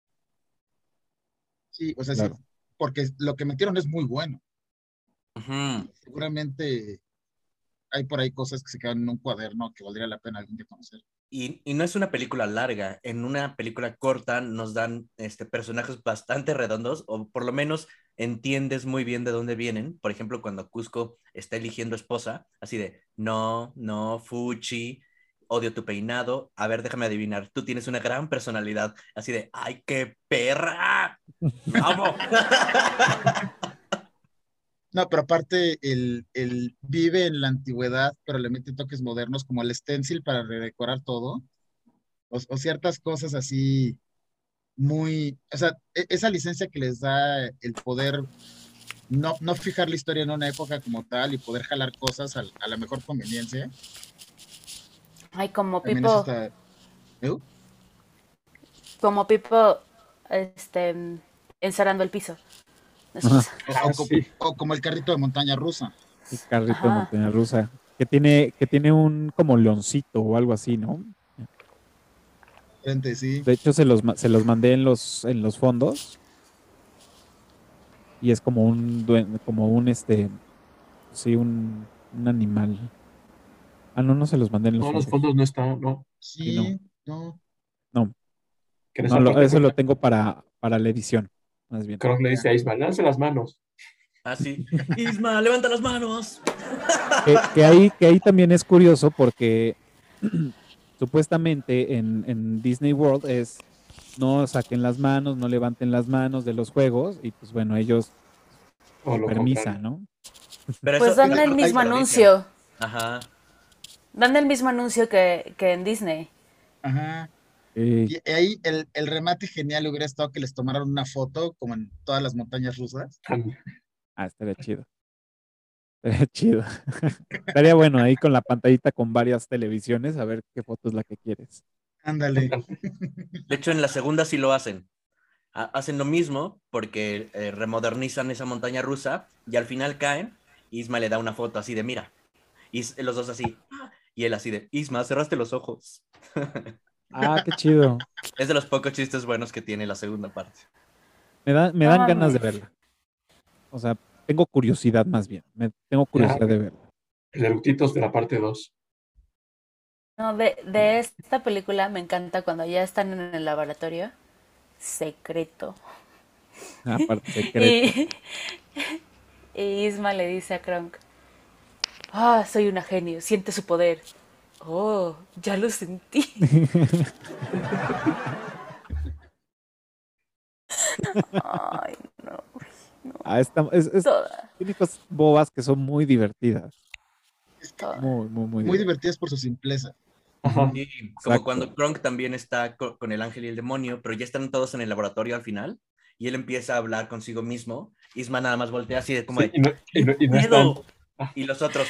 Sí, o sea, sí, claro. porque lo que metieron es muy bueno. Ujú. Seguramente hay por ahí cosas que se quedan en un cuaderno que valdría la pena algún día conocer. Y no es una película larga, en una película corta nos dan personajes bastante redondos, o por lo menos entiendes muy bien de dónde vienen. Por ejemplo, cuando Cusco está eligiendo esposa, así de, no, no, Fuchi, odio tu peinado, a ver, déjame adivinar, tú tienes una gran personalidad, así de, ¡ay, qué perra! ¡Vamos! No, pero aparte, el vive en la antigüedad, pero le mete toques modernos como el stencil para redecorar todo, o ciertas cosas así muy, o sea, esa licencia que les da el poder no fijar la historia en una época como tal y poder jalar cosas a la mejor conveniencia, Ay, como también eso Pipo, está... ¿Eh? como Pipo, encerrando el piso. Ajá, O como el carrito de montaña rusa. el carrito de Ajá. montaña rusa, que tiene un como leoncito o algo así, ¿no? Frente, sí. De hecho, se los mandé en los fondos y es como como un sí, un animal. Ah, no se los mandé en los No, los fondos. fondos no están, no. Sí, no, Sí, no. no, Que en no, esa parte eso lo tengo para la edición, más bien. Kronk le dice a Isma, lance las manos. Así, Isma, levanta las manos. Que ahí también es curioso porque supuestamente en Disney World es no saquen las manos, no levanten las manos de los juegos y pues bueno, ellos O con lo permisa, contrario. ¿no? Pero Pues eso, dan eso el es mismo lo dicen. anuncio. Ajá. Dan el mismo anuncio que en Disney. Ajá. Sí. Y ahí el remate genial hubiera estado que les tomaron una foto, como en todas las montañas rusas. Ah, estaría chido. Estaría chido. Estaría bueno ahí con la pantallita con varias televisiones, a ver qué foto es la que quieres. Ándale. De hecho, en la segunda sí lo hacen. Hacen lo mismo porque remodernizan esa montaña rusa y al final caen. Isma le da una foto así de, mira. Y los dos así. Y él así de, Isma, cerraste los ojos. Ah, qué chido. Es de los pocos chistes buenos que tiene la segunda parte. Me No dan ganas de mames. verla. O sea, tengo curiosidad más bien. Tengo curiosidad de verla. Eructitos de la parte 2. No, de esta película me encanta cuando ya están en el laboratorio. Secreto. Aparte, secreto. Y Isma le dice a Kronk, ah, soy una genio, siente su poder. Oh, ya lo sentí. Ay, no. Ah, Toda. tiene cosas bobas que son muy divertidas. Toda. Muy Muy divertidas. divertidas por su simpleza. Sí, como cuando Kronk también está con el ángel y el demonio, pero ya están todos en el laboratorio al final y él empieza a hablar consigo mismo. Isma nada más voltea así de como Sí, de, y no "Miedo". están. Y los otros,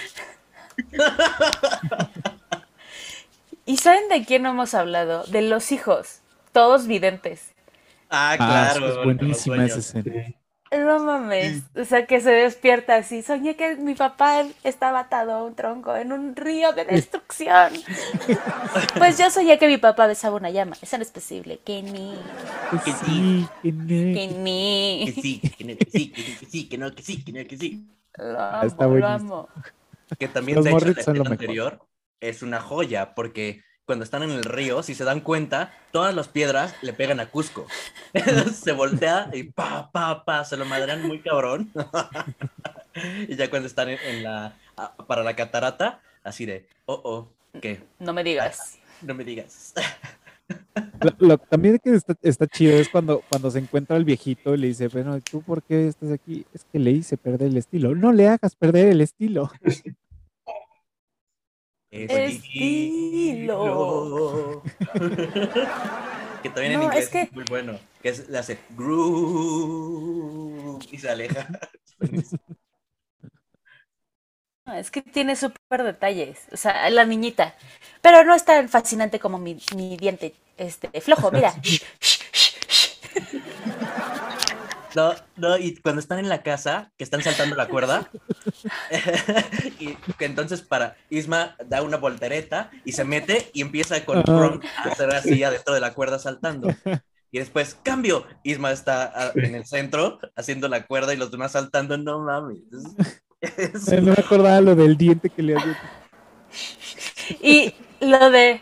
¿Y saben de quién no hemos hablado? De los hijos, todos videntes. claro, Es los buenísima esa sueños. escena. Sí. No mames, o sea, que se despierta así. Soñé que mi papá estaba atado a un tronco en un río de destrucción. Pues yo soñé que mi papá besaba una llama. Eso no es posible. Que ni. Que sí, que no. Que ni. Que sí, que no, que sí, que sí, que no, que sí, que no, que sí. Está Lo buenísimo. amo. Que también, Los de hecho, la morritos son lo escena mejor. anterior es una joya, porque cuando están en el río, si se dan cuenta, todas las piedras le pegan a Cusco. Se voltea y se lo madrean muy cabrón. Y ya cuando están para la catarata, así de, ¿qué? No me digas. No me digas. También que está chido es cuando se encuentra el viejito y le dice, bueno, ¿tú por qué estás aquí? Es que le hice perder el estilo. No le hagas perder el estilo. Estilo. Que también en No, inglés es que- es muy bueno. Que le hace groove y se aleja. No, es que tiene súper detalles. O sea, la niñita. Pero no es tan fascinante como mi diente flojo, mira. No, no, y cuando están en la casa, que están saltando la cuerda, y que entonces Isma da una voltereta y se mete y empieza con Kronk a hacer así adentro de la cuerda saltando. Y después, cambio, Isma está en el centro haciendo la cuerda y los demás saltando, no mames. No me acordaba lo del diente que le hace. Y lo de...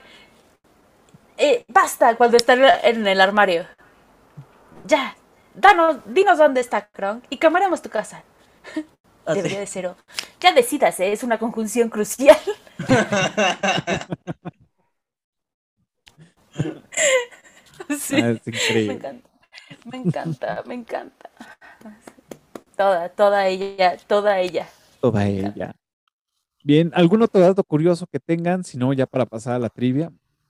basta cuando está en el armario. Ya, dinos dónde está Kronk y quemaremos tu casa. Debería de ser. Ya decídase, es una conjunción crucial. Sí, Es increíble. me encanta. Toda ella. Toda ella. Bien, ¿algún otro dato curioso que tengan? Si no, ya para pasar a la trivia.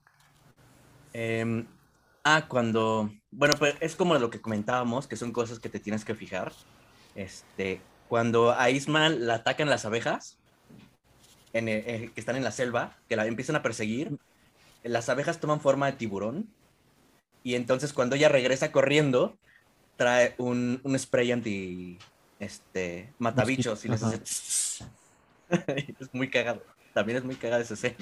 Bueno, pues es como lo que comentábamos, que son cosas que te tienes que fijar. Cuando a Isma la atacan las abejas, que están en la selva, que la empiezan a perseguir, las abejas toman forma de tiburón, y entonces cuando ella regresa corriendo, trae un spray matabichos y les hace... Es muy cagado. También es muy cagada esa escena.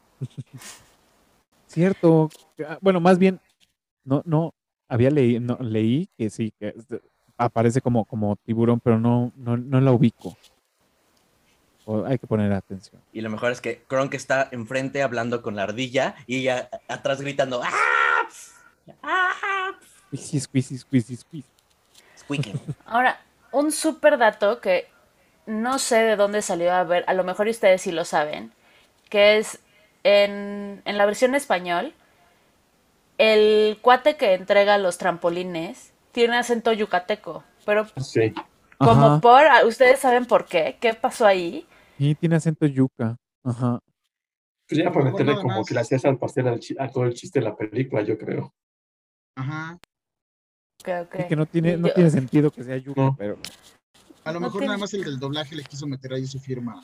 Cierto. Bueno, más bien, no, leí que sí, que aparece como tiburón, pero no la ubico. Hay que poner atención. Y lo mejor es que Kronk está enfrente hablando con la ardilla y ella atrás gritando ¡ah! ¡Ah! Squeezy. Ahora, un súper dato que no sé de dónde salió, a lo mejor ustedes sí lo saben, que es en la versión español, el cuate que entrega los trampolines tiene acento yucateco, pero Sí. como ¿ustedes saben por qué? ¿Qué pasó ahí? Sí, tiene acento yuca. Ajá. Pues ya para meterle como que le hacías al pastel a todo el chiste de la película, yo creo. Ajá. Okay. Sí, que no tiene sentido que sea yuca, pero... A lo mejor nada más el del doblaje le quiso meter ahí su firma.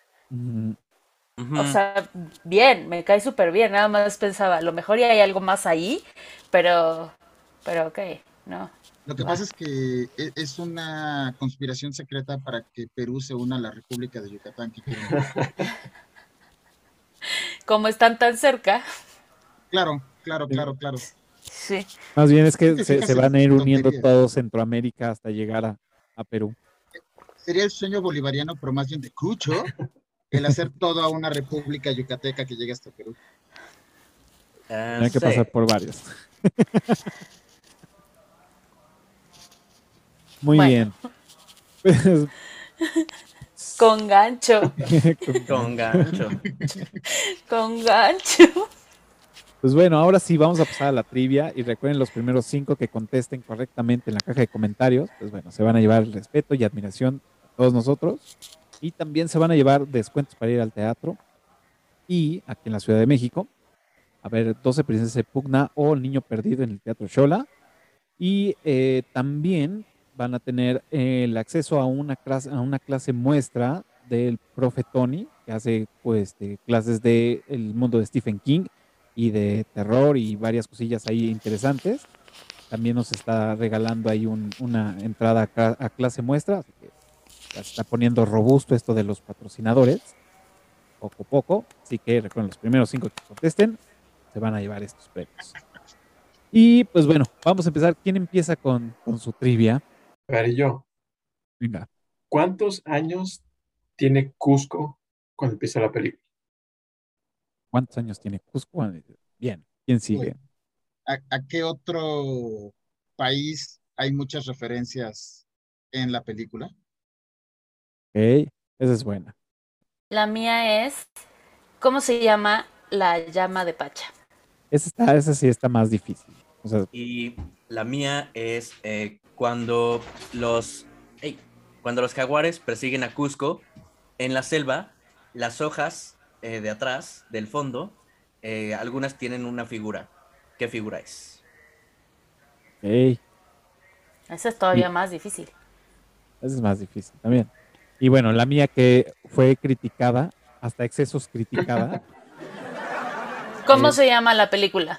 O sea, bien, me cae súper bien, nada más pensaba, a lo mejor ya hay algo más ahí, pero ok, no. Lo que pasa es que es una conspiración secreta para que Perú se una a la República de Yucatán. Que Como están tan cerca. Claro. Sí. Más bien es que se van a ir uniendo todo Centroamérica hasta llegar a Perú. Sería el sueño bolivariano, pero más bien de Cucho, el hacer toda una república yucateca que llegue hasta Perú. Hay que pasar por varios. Muy bien. Con gancho. Con gancho. Con gancho. Pues bueno, ahora sí vamos a pasar a la trivia y recuerden los primeros 5 que contesten correctamente en la caja de comentarios, pues bueno, se van a llevar el respeto y admiración a todos nosotros y también se van a llevar descuentos para ir al teatro y aquí en la Ciudad de México a ver 12 Princesas de Pugna o El Niño Perdido en el Teatro Xola y también van a tener el acceso a una clase muestra del profe Tony que hace pues clases del mundo de Stephen King y de terror y varias cosillas ahí interesantes. También nos está regalando ahí una entrada a clase muestra, así que ya se está poniendo robusto esto de los patrocinadores, poco a poco, así que recuerden, los primeros 5 que contesten se van a llevar estos premios. Y pues bueno, vamos a empezar. ¿Quién empieza con su trivia? A ver, yo. Venga. ¿Cuántos años tiene Cusco cuando empieza la película? ¿Cuántos años tiene Cusco? Bien, ¿quién sigue? ¿A qué otro país hay muchas referencias en la película? Ok, esa es buena. La mía es, ¿cómo se llama la llama de Pacha? Esa sí está más difícil. O sea, y la mía es cuando los jaguares persiguen a Cusco en la selva, las hojas de atrás, del fondo, algunas tienen una figura. ¿Qué figura es? Ey, Esa es todavía más difícil. eso es más difícil también. Y bueno, la mía que fue criticada, hasta excesos criticada. ¿Cómo se llama la película?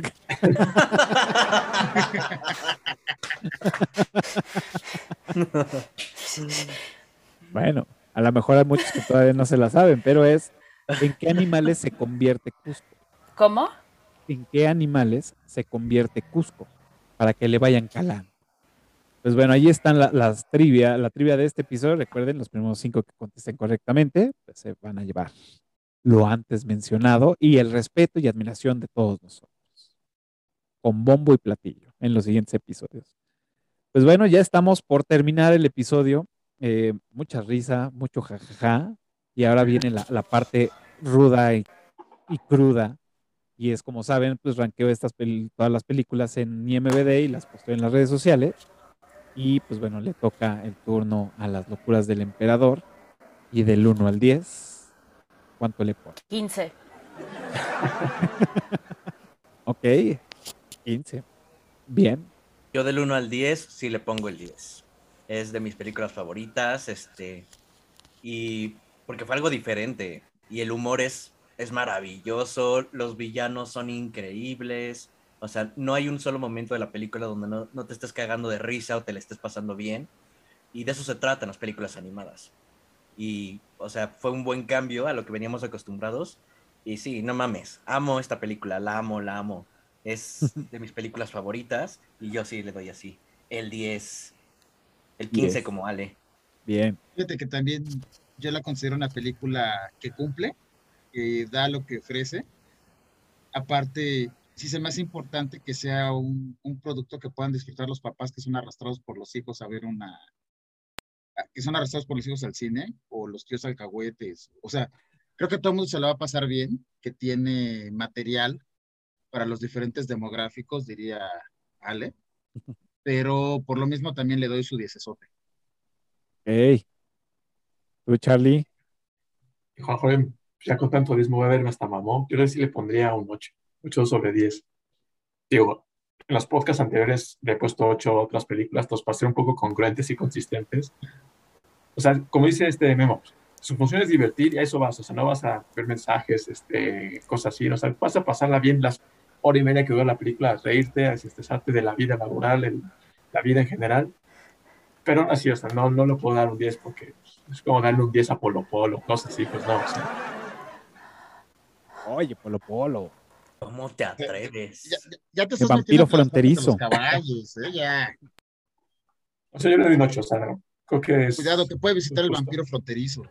Bueno, a lo mejor hay muchos que todavía no se la saben, pero es ¿en qué animales se convierte Cusco? ¿Cómo? ¿En qué animales se convierte Cusco? Para que le vayan calando. Pues bueno, ahí están las trivia, la trivia de este episodio. Recuerden, los primeros 5 que contesten correctamente, pues se van a llevar lo antes mencionado y el respeto y admiración de todos nosotros. Con bombo y platillo en los siguientes episodios. Pues bueno, ya estamos por terminar el episodio. Mucha risa, mucho jajaja. Y ahora viene la parte ruda y cruda. Y es como saben, pues ranqueo todas las películas en IMDb y las posteo en las redes sociales. Y pues bueno, le toca el turno a Las locuras del emperador. Y del 1 al 10, ¿cuánto le pone? 15. Ok, 15. Bien. Yo del 1 al 10 sí le pongo el 10. Es de mis películas favoritas, y porque fue algo diferente. Y el humor es maravilloso, los villanos son increíbles. O sea, no hay un solo momento de la película donde no te estés cagando de risa o te la estés pasando bien. Y de eso se tratan las películas animadas. Y, o sea, fue un buen cambio a lo que veníamos acostumbrados. Y sí, no mames, amo esta película, la amo. Es de mis películas favoritas y yo sí le doy así. El 10, el 15 10. como Ale. Bien. Fíjate que también yo la considero una película que cumple, que da lo que ofrece. Aparte, sí se me hace importante que sea un producto que puedan disfrutar los papás que son arrastrados por los hijos a ver que son arrastrados por los hijos al cine, o los tíos alcahuetes. O sea, creo que todo el mundo se lo va a pasar bien, que tiene material para los diferentes demográficos, diría Ale, pero por lo mismo también le doy su diecesote. Hey. ¿Tú, Charlie? Juanjo, ya con tanto dismo voy a verme hasta mamón. Yo sí le pondría un 8 sobre 10. Digo, en los podcasts anteriores le he puesto 8 a otras películas, pues para ser un poco congruentes y consistentes. O sea, como dice este Memo, su función es divertir y a eso vas. O sea, no vas a ver mensajes, cosas así. O sea, vas a pasarla bien las hora y media que dura la película, a reírte, a desestresarte de la vida laboral, la vida en general. Pero aún así, o sea, no le puedo dar un 10 porque es como darle un 10 a Polo Polo, cosas así, pues no, o sea. Oye, Polo Polo. ¿Cómo te atreves? Ya te El estás vampiro metiendo con las patas de fronterizo. los caballos, ya. O sea, yo le doy un 8, o sea, no, creo que es... Cuidado, te puede visitar el justo. vampiro fronterizo.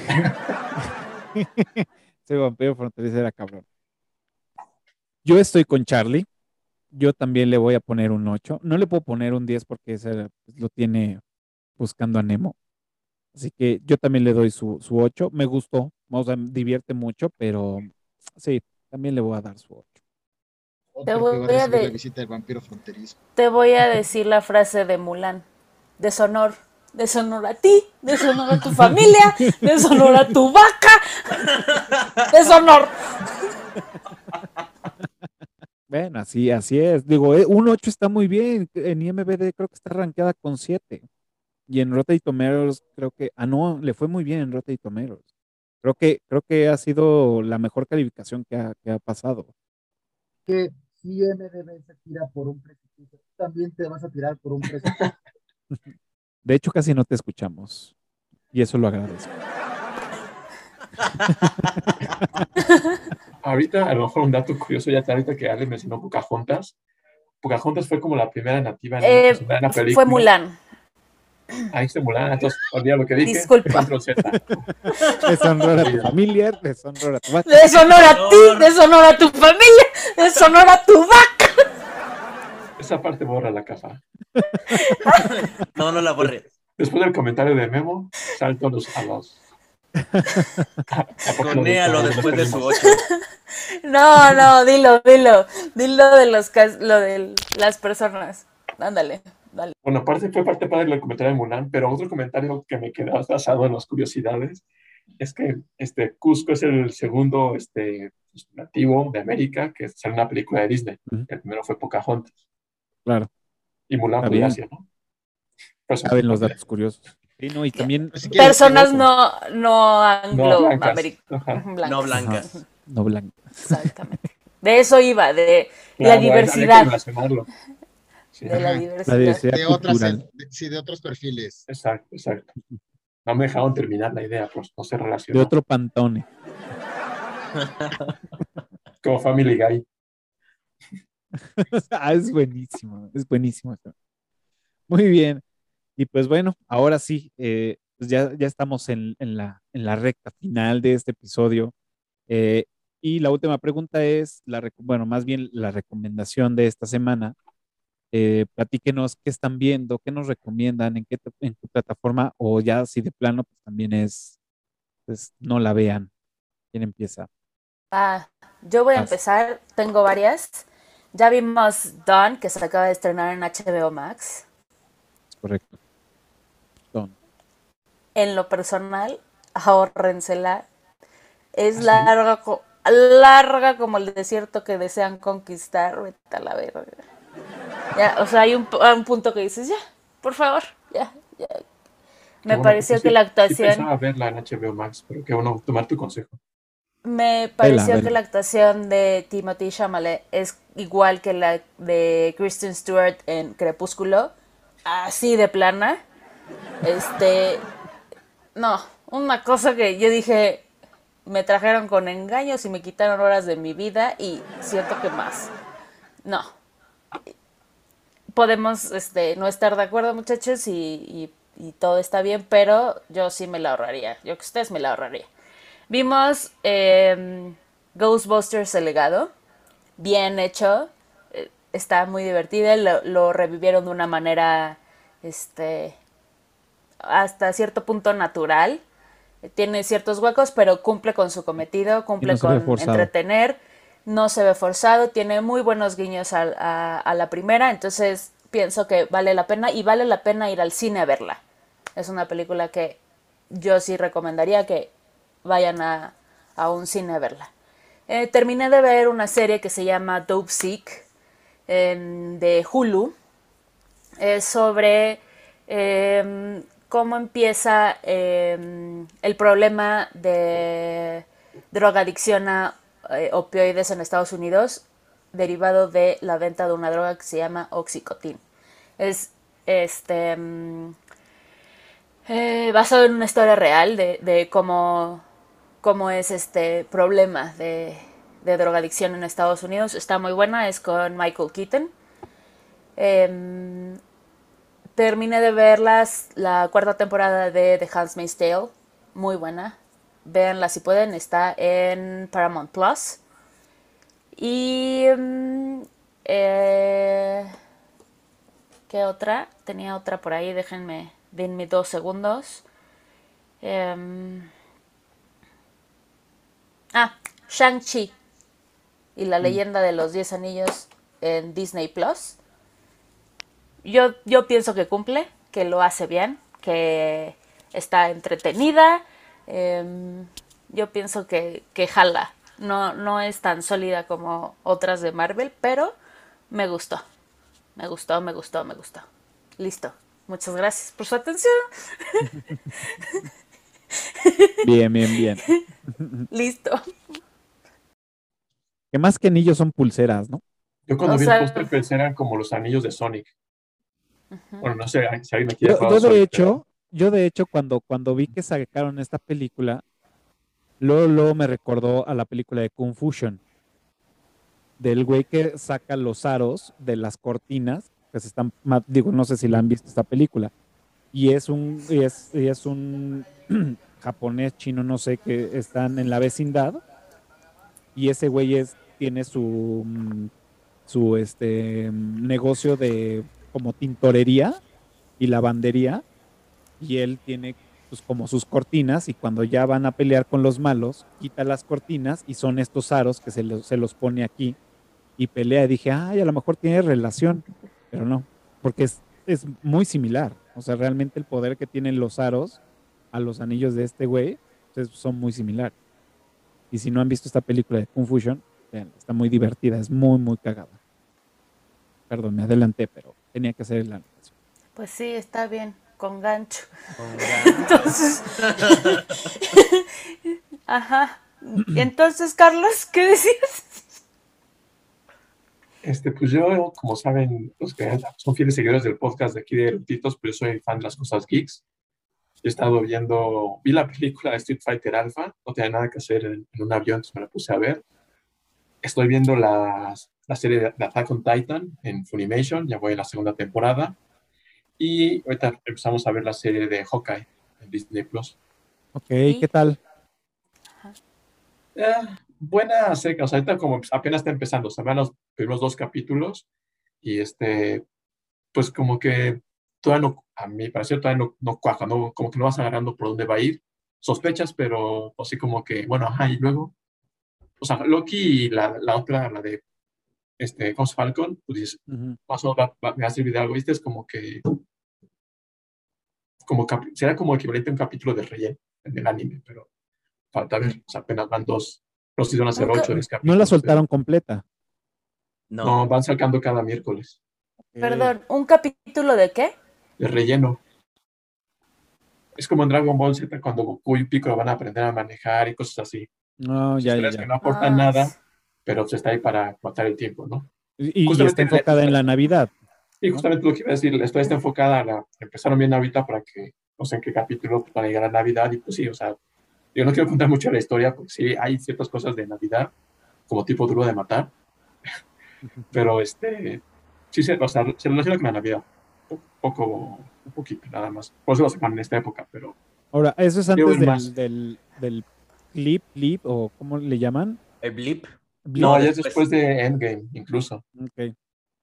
Ese vampiro fronterizo era cabrón. Yo estoy con Charlie. Yo también le voy a poner un 8. No le puedo poner un 10 porque ese lo tiene Buscando a Nemo. Así que yo también le doy su 8. Me gustó. O sea, divierte mucho, pero sí, también le voy a dar su 8. Otro que va a recibir la visita del vampiro fronterizo. Te voy a decir la frase de Mulan. Deshonor. Deshonor a ti, deshonor a tu familia, deshonor a tu vaca. Deshonor. Bueno, así es. Digo, un 8 está muy bien. En IMDb creo que está rankeada con 7. Y en Rotten Tomatoes creo que... no, le fue muy bien en Rotten Tomatoes. Creo que ha sido la mejor calificación que ha pasado. Que si IMDb se tira por un precipicio, también te vas a tirar por un precipicio. De hecho, casi no te escuchamos. Y eso lo agradezco. Ahorita, a lo mejor un dato curioso, ya ahorita que Ale mencionó Pocahontas. Pocahontas fue como la primera nativa en la película. Fue Mulan. Ahí está Mulan, entonces olvida lo que dije. Disculpa. Deshonor a tu familia, deshonor a tu vaca. Deshonor a ti, deshonor a tu familia, deshonor a tu vaca. Esa parte borra la caja. No la borré. Después del comentario de Memo, salto a los... Conéalo después de su 8. No, dilo de las personas. Ándale, dale. Bueno, fue parte padre del comentario de Mulan, pero otro comentario que me quedó basado en las curiosidades Es que Cusco es el segundo pues, nativo de América que sale en una película de Disney. El primero fue Pocahontas. Claro. Y Mulan Está fue de bien. Asia, ¿no? Por eso Saben me los acordé. datos curiosos. Sí, ¿no? Y también Personas no anglo blancas. americanas. Ajá. No blancas. Ajá, no blancas. Exactamente. De eso iba, de la Claro, hay que diversidad. relacionarlo. Sí. De la La diversidad. diversidad De otras, cultural. de otros perfiles. Exacto. No me dejaron terminar la idea, pues no se De relacionó. otro Pantone. Como Family Guy. Es buenísimo, es buenísimo. Muy bien. Y pues bueno, ahora sí, pues ya estamos en la recta final de este episodio. Y la última pregunta es, bueno, más bien la recomendación de esta semana. Platíquenos qué están viendo, qué nos recomiendan, en qué plataforma, o ya si de plano, pues también pues, no la vean. ¿Quién empieza? Yo voy a Vas. empezar, tengo varias. Ya vimos Dawn, que se acaba de estrenar en HBO Max. Es correcto. Don. En lo personal, ahórrensela. Es larga como el desierto que desean conquistar. Vete a la verga. Ya, o sea, hay un punto que dices, ya, por favor, ya. Me pareció que la Sí actuación... pensaba verla en HBO Max, pero qué bueno tomar tu consejo. Me pareció Vela. que la actuación de Timothée Chalamet es igual que la de Kristen Stewart en Crepúsculo, así de plana. No, una cosa que yo dije, me trajeron con engaños y me quitaron horas de mi vida y siento que más. No. Podemos no estar de acuerdo, muchachos, y todo está bien, pero yo sí me la ahorraría. Yo que ustedes me la ahorraría. Vimos Ghostbusters El Legado, bien hecho, está muy divertida, lo revivieron de una manera hasta cierto punto natural, tiene ciertos huecos, pero cumple con su cometido, cumple no se ve con forzado. entretener, no se ve forzado, tiene muy buenos guiños a la primera, entonces pienso que vale la pena y vale la pena ir al cine a verla. Es una película que yo sí recomendaría que vayan a un cine a verla. Terminé de ver una serie que se llama Dope Sick de Hulu. Es sobre cómo empieza el problema de drogadicción a opioides en Estados Unidos derivado de la venta de una droga que se llama Oxycontin. Es basado en una historia real de cómo es este problema de drogadicción en Estados Unidos. Está muy buena, es con Michael Keaton. Terminé de ver la cuarta temporada de The Handmaid's Tale, muy buena. Véanla si pueden, está en Paramount Plus. Y ¿qué otra? Tenía otra por ahí, denme 2 segundos. Shang-Chi y la leyenda de los 10 anillos en Disney Plus. Yo pienso que cumple, que lo hace bien, que está entretenida. Yo pienso que jala. No es tan sólida como otras de Marvel, pero me gustó. Me gustó. Listo. Muchas gracias por su atención. Bien. Listo. Que más que anillos son pulseras, ¿no? Yo cuando vi el póster pensé eran como los anillos de Sonic. Bueno, no sé si alguien me quiere jugar yo de hecho, cuando vi que sacaron esta película, luego me recordó a la película de Confusion, del güey que saca los aros de las cortinas, que se están, no sé si la han visto esta película, y es un japonés, chino, no sé, que están en la vecindad, y ese güey tiene su negocio de como tintorería y lavandería, y él tiene pues como sus cortinas, y cuando ya van a pelear con los malos, quita las cortinas y son estos aros que se los pone aquí y pelea. Y dije, a lo mejor tiene relación, pero no, porque es muy similar. O sea, realmente el poder que tienen los aros a los anillos de este güey son muy similares. Y si no han visto esta película de Confusion, vean, está muy divertida, es muy, muy cagada. Perdón, me adelanté, pero tenía que hacer la anotación. Pues sí, está bien, con gancho. Con gancho. Entonces, ajá. Y entonces, Carlos, ¿qué decías? Pues yo, como saben, los que son fieles seguidores del podcast de aquí de Eructitos, pero yo soy fan de las cosas geeks. He estado vi la película de Street Fighter Alpha, no tenía nada que hacer en un avión, entonces me la puse a ver. Estoy viendo la serie de Attack on Titan en Funimation, ya voy en la segunda temporada. Y ahorita empezamos a ver la serie de Hawkeye en Disney Plus. Ok, ¿qué tal? Buena serie, o sea, ahorita como apenas está empezando, se van los primeros 2 capítulos y pues como que todavía no, a mi parecer todavía no cuaja, no, como que no vas agarrando por dónde va a ir. Sospechas, pero así como que, bueno, ajá, y luego, o sea, Loki y la otra, la de Ghost Falcon, pues dices, más o menos me va a servir de algo, ¿viste? Es como que será como equivalente a un capítulo de relleno en el anime, pero falta ver, o sea, apenas van 2, no sé si van a ser 8 o 10 capítulos. ¿No la soltaron completa? No, van sacando cada miércoles. Perdón, ¿un capítulo de qué? De relleno. Es como en Dragon Ball Z cuando Goku y Piccolo van a aprender a manejar y cosas así. No, ya. Que no aportan nada, pero pues está ahí para matar el tiempo, ¿no? Y está enfocada en la Navidad. Y justamente lo que iba a decir, está enfocada empezaron bien ahorita para que, no sé en qué capítulo van a llegar a Navidad, y pues sí, o sea, yo no quiero contar mucho la historia, porque sí hay ciertas cosas de Navidad, como tipo Duro de Matar, pero sí se relaciona con la Navidad, un poquito nada más, por eso lo sacan en esta época, pero... Ahora, ¿eso es antes del blip, o cómo le llaman? ¿El blip? No, ya es después de Endgame, incluso. Ok.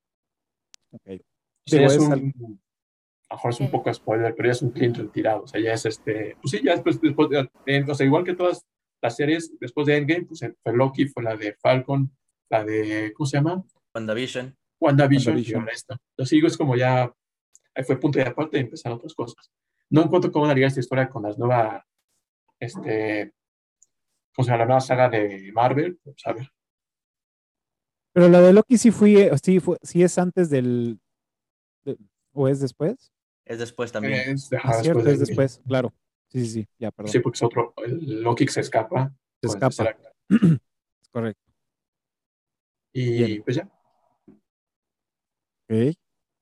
O sea, ya es a lo mejor es un poco spoiler, pero ya es un Clint retirado. O sea, ya es pues sí, ya después o sea, igual que todas las series, después de Endgame, pues fue Loki, fue la de Falcon, la de, ¿cómo se llama? WandaVision. Y ahora esta. Entonces, digo, es como ya, ahí fue punto de aparte y empezaron otras cosas. No encuentro cómo daría esta historia con las nuevas, ¿cómo se llama? La nueva saga de Marvel, pues a ver. Pero la de Loki sí es antes ¿o es después? Es después también. Es después, claro. Sí, ya, perdón. Sí, porque es otro, el Loki se escapa. Se escapa. Es correcto. Y bien, pues ya. Ok.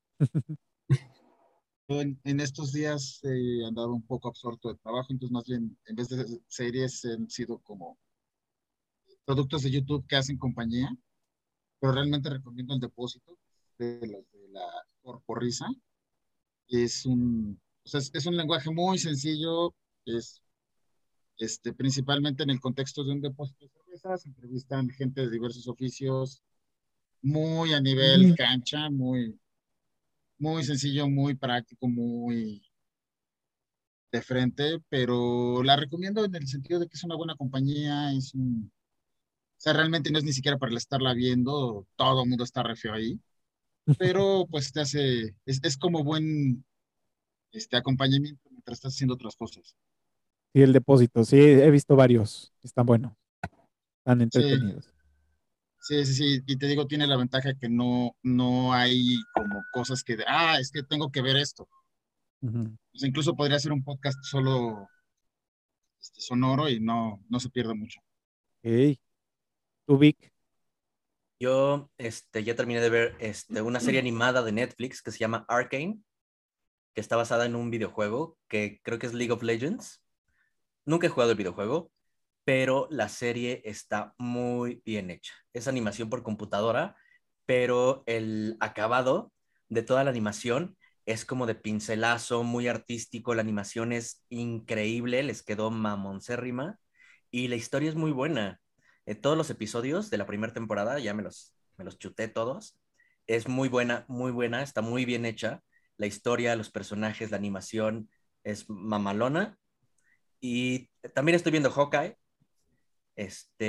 En estos días he andado un poco absorto de trabajo, entonces más bien, en vez de series, han sido como productos de YouTube que hacen compañía, pero realmente recomiendo El Depósito, de los de la Corporrisa. Es es un lenguaje muy sencillo, es principalmente en el contexto de un depósito de cervezas, entrevistan gente de diversos oficios, muy a nivel cancha, muy, muy sencillo, muy práctico, muy de frente, pero la recomiendo en el sentido de que es una buena compañía, o sea, realmente no es ni siquiera para estarla viendo, todo el mundo está re feo ahí, pero pues es como buen acompañamiento mientras estás haciendo otras cosas. Sí, El Depósito, sí, he visto varios, están buenos, están entretenidos. Sí, y te digo, tiene la ventaja que no hay como cosas es que tengo que ver esto. Pues incluso podría ser un podcast solo sonoro y no se pierde mucho. Ok. ¿Tú, Vic? Yo ya terminé de ver una serie animada de Netflix que se llama Arcane, que está basada en un videojuego que creo que es League of Legends. Nunca he jugado el videojuego, pero la serie está muy bien hecha. Es animación por computadora, pero el acabado de toda la animación es como de pincelazo, muy artístico. La animación es increíble, les quedó mamoncérrima y la historia es muy buena. Todos los episodios de la primera temporada, ya me los chuté todos. Es muy buena, está muy bien hecha. La historia, los personajes, la animación es mamalona. Y también estoy viendo Hawkeye.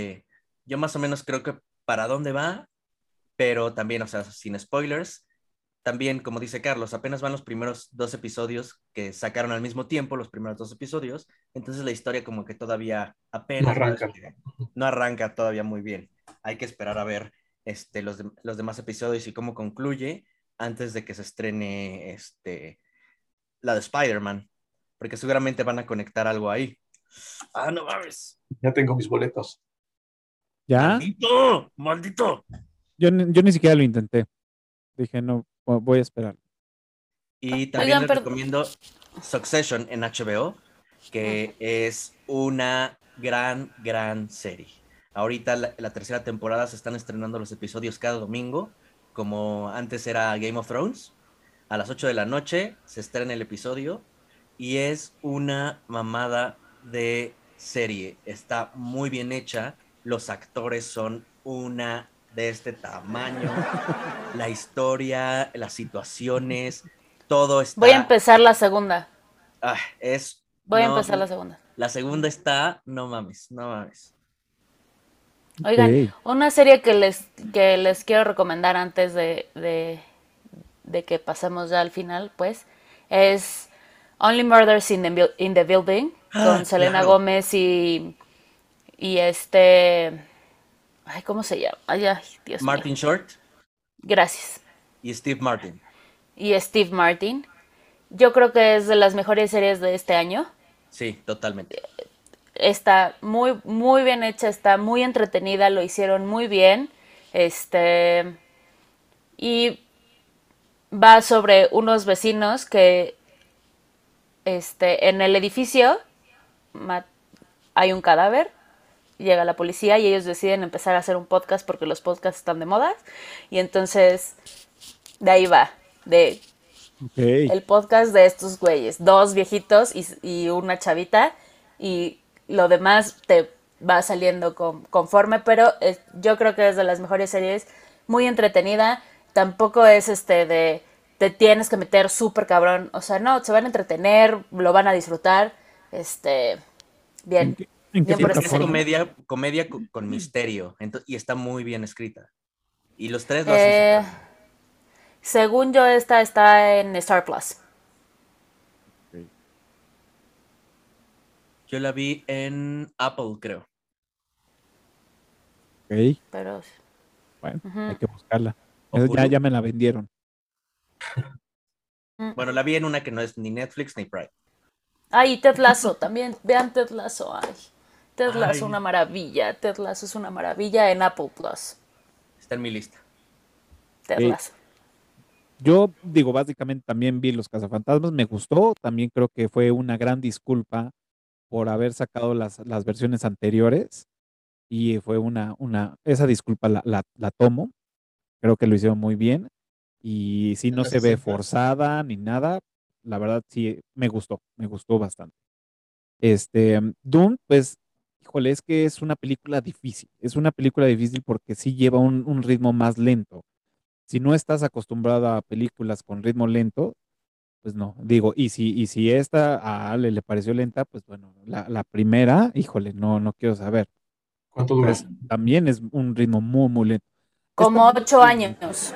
Yo más o menos creo que para dónde va, pero también, o sea, sin spoilers, también, como dice Carlos, apenas van los primeros 2 episodios que sacaron al mismo tiempo, los primeros 2 episodios, entonces la historia como que todavía No apenas arranca. no arranca todavía muy bien. Hay que esperar a ver los demás episodios y cómo concluye antes de que se estrene la de Spider-Man, porque seguramente van a conectar algo ahí. ¡Ah, no mames! Ya tengo mis boletos. ¿Ya? ¡Maldito! ¡Maldito! Yo ni siquiera lo intenté. Dije, no, voy a esperar. Y también Oigan, les recomiendo Succession en HBO, que es una gran serie. Ahorita la tercera temporada se están estrenando los episodios cada domingo, como antes era Game of Thrones. A las 8 de la noche se estrena el episodio y es una mamada de serie. Está muy bien hecha, los actores son una de este tamaño, la historia, las situaciones, todo está... Voy a empezar la segunda. Voy a no, empezar la segunda. La segunda está, no mames. Oigan, Ok. una serie que les quiero recomendar antes de que pasemos ya al final, pues, es Only Murders in the Building, con Selena claro. Gómez y ay, ¿cómo se llama? Ay, Dios mío. Martin Short Gracias. y Steve Martin. Y Steve Martin. Yo creo que es de las mejores series de este año. Sí, totalmente. Está muy bien hecha, está muy entretenida, lo hicieron muy bien. Y va sobre unos vecinos que en el edificio hay un cadáver, llega la policía y ellos deciden empezar a hacer un podcast porque los podcasts están de moda. Y entonces de ahí va, el podcast de estos güeyes, 2 viejitos y una chavita, y lo demás te va saliendo conforme, pero yo creo que es de las mejores series, muy entretenida. Tampoco es de te tienes que meter súper cabrón, o sea, no, se van a entretener, lo van a disfrutar, bien. ¿En qué Bien por Es esta serie. comedia con misterio, y está muy bien escrita. Y los tres lo hacen súper bien. Según yo, esta está en Star Plus. Yo la vi en Apple, creo. Ok. Pero Bueno, Ujú. hay que buscarla. ¿O Ya, Hulu? ya me la vendieron. Bueno, la vi en una que no es ni Netflix ni Prime. Ay, Ted Lasso, también. Vean Ted Lasso. Ay, Ted Lasso, Ay. una maravilla. Ted Lasso es una maravilla en Apple Plus. Está en mi lista. Ted Ok. Lasso. Yo digo, básicamente también vi Los Cazafantasmas, me gustó, también creo que fue una gran disculpa por haber sacado las versiones anteriores y fue esa disculpa la tomo, creo que lo hicieron muy bien y sí En no los se ve 60. forzada ni nada, la verdad sí me gustó bastante. Dune, pues, híjole, es que es una película difícil porque sí lleva un ritmo más lento. Si no estás acostumbrado a películas con ritmo lento, pues no, digo, y si esta a Ale le pareció lenta, pues bueno, la primera, híjole, no quiero saber. ¿Cuánto dura? Pues también es un ritmo muy lento. Como Está- 8 años.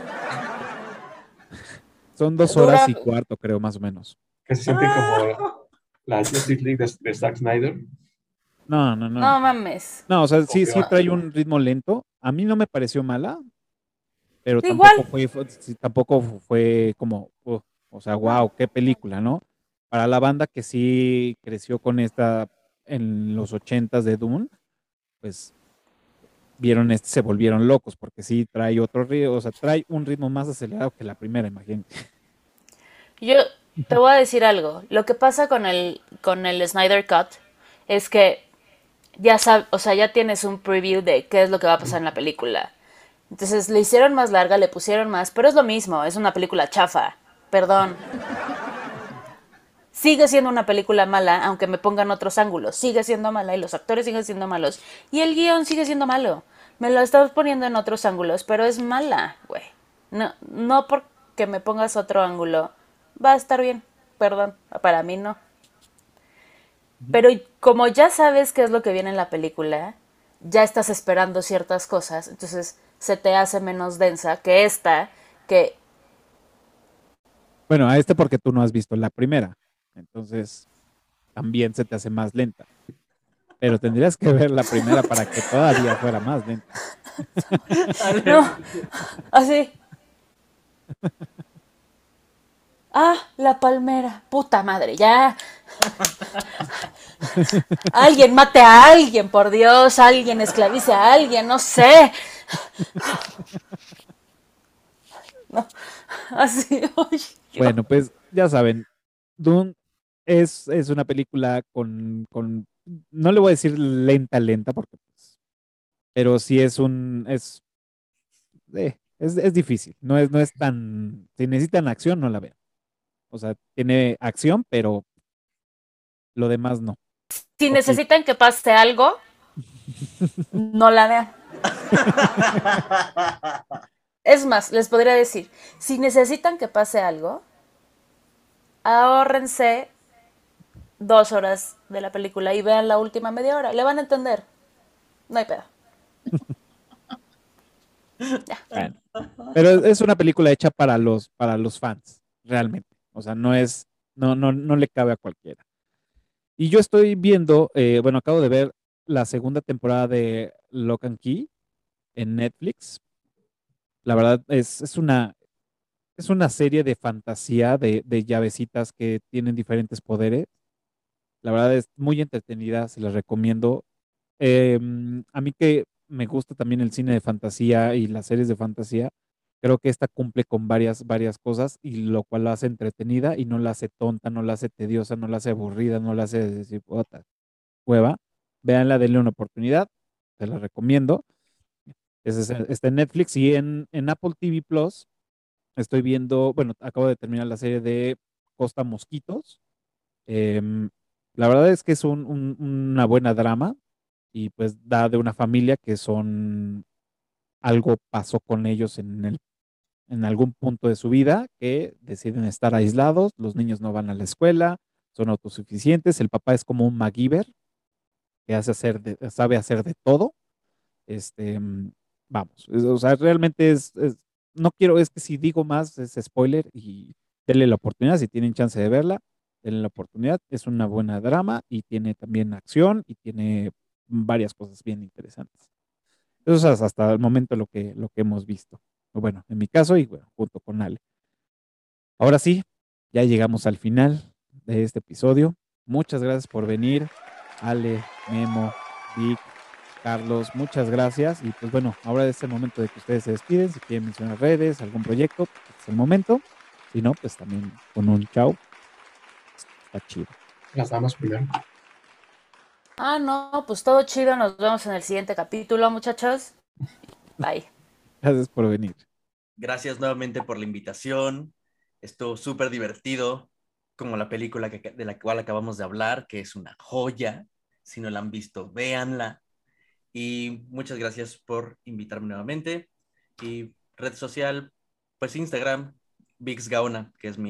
Son 2 horas Dura. y cuarto, creo, más o menos. Que se siente como la Justice League de Zack Snyder. No. No mames. No, o sea, sí Confirma. trae un ritmo lento. A mí no me pareció mala, pero Igual. tampoco fue como, o sea, wow, qué película, ¿no? Para la banda que sí creció con esta en los 80s de Dune, pues vieron se volvieron locos, porque sí trae otro ritmo, o sea, trae un ritmo más acelerado que la primera, imagínate. Yo te voy a decir algo. Lo que pasa con el Snyder Cut es que ya o sea, ya tienes un preview de qué es lo que va a pasar en la película. Entonces le hicieron más larga, le pusieron más, pero es lo mismo, es una película chafa. Perdón. Sigue siendo una película mala, aunque me pongan otros ángulos. Sigue siendo mala y los actores siguen siendo malos. Y el guión sigue siendo malo. Me lo estás poniendo en otros ángulos, pero es mala, güey. No porque me pongas otro ángulo va a estar bien. Perdón, para mí no. Pero como ya sabes qué es lo que viene en la película, ya estás esperando ciertas cosas, entonces se te hace menos densa que esta, que Bueno, a este porque tú no has visto la primera. Entonces, también se te hace más lenta. Pero tendrías que ver la primera para que todavía fuera más lenta. No, así. Ah, la palmera. Puta madre, ya. Alguien mate a alguien, por Dios. Alguien esclavice a alguien, no sé. No, así. Ay, Bueno, pues ya saben, Dune es una película no le voy a decir lenta, lenta, porque pues, pero sí es difícil, no es tan, si necesitan acción, no la vean. O sea, tiene acción, pero lo demás no. si Ok. necesitan que pase algo, no la vean. Es más, les podría decir, si necesitan que pase algo, ahórrense 2 horas de la película y vean la última media hora. Le van a entender. No hay pedo. Bueno, pero es una película hecha para los fans, realmente. O sea, no le cabe a cualquiera. Y yo estoy viendo, bueno, acabo de ver la segunda temporada de Lock and Key en Netflix. La verdad es una serie de fantasía de llavecitas que tienen diferentes poderes. La verdad es muy entretenida, se las recomiendo. A mí que me gusta también el cine de fantasía y las series de fantasía, creo que esta cumple con varias cosas y lo cual la hace entretenida y no la hace tonta, no la hace tediosa, no la hace aburrida, no la hace decir, puta, hueva. Véanla, denle una oportunidad, te la recomiendo. Está en Netflix y en Apple TV Plus estoy viendo, bueno, acabo de terminar la serie de Costa Mosquitos. Em, la verdad es que es una buena drama y pues da de una familia que algo pasó con ellos en algún punto de su vida que deciden estar aislados, los niños no van a la escuela, son autosuficientes, el papá es como un MacGyver que sabe hacer de todo. Este, vamos, o sea, realmente no quiero, es que si digo más es spoiler y denle la oportunidad, si tienen chance de verla, denle la oportunidad, es una buena drama y tiene también acción y tiene varias cosas bien interesantes. Eso es hasta el momento lo que hemos visto. O bueno, en mi caso y bueno, junto con Ale. Ahora sí, ya llegamos al final de este episodio. Muchas gracias por venir, Ale, Memo, Vic, Carlos, muchas gracias. Y pues bueno, ahora es el momento de que ustedes se despiden. Si quieren mencionar redes, algún proyecto, pues es el momento. Si no, pues también con un chau. Está chido. Las damas primero. Ah, no, pues todo chido. Nos vemos en el siguiente capítulo, muchachos. Bye. Gracias por venir. Gracias nuevamente por la invitación. Estuvo súper divertido, como la película de la cual acabamos de hablar, que es una joya. Si no la han visto, véanla. Y muchas gracias por invitarme nuevamente. Y red social, pues Instagram, Vix Gaona, que es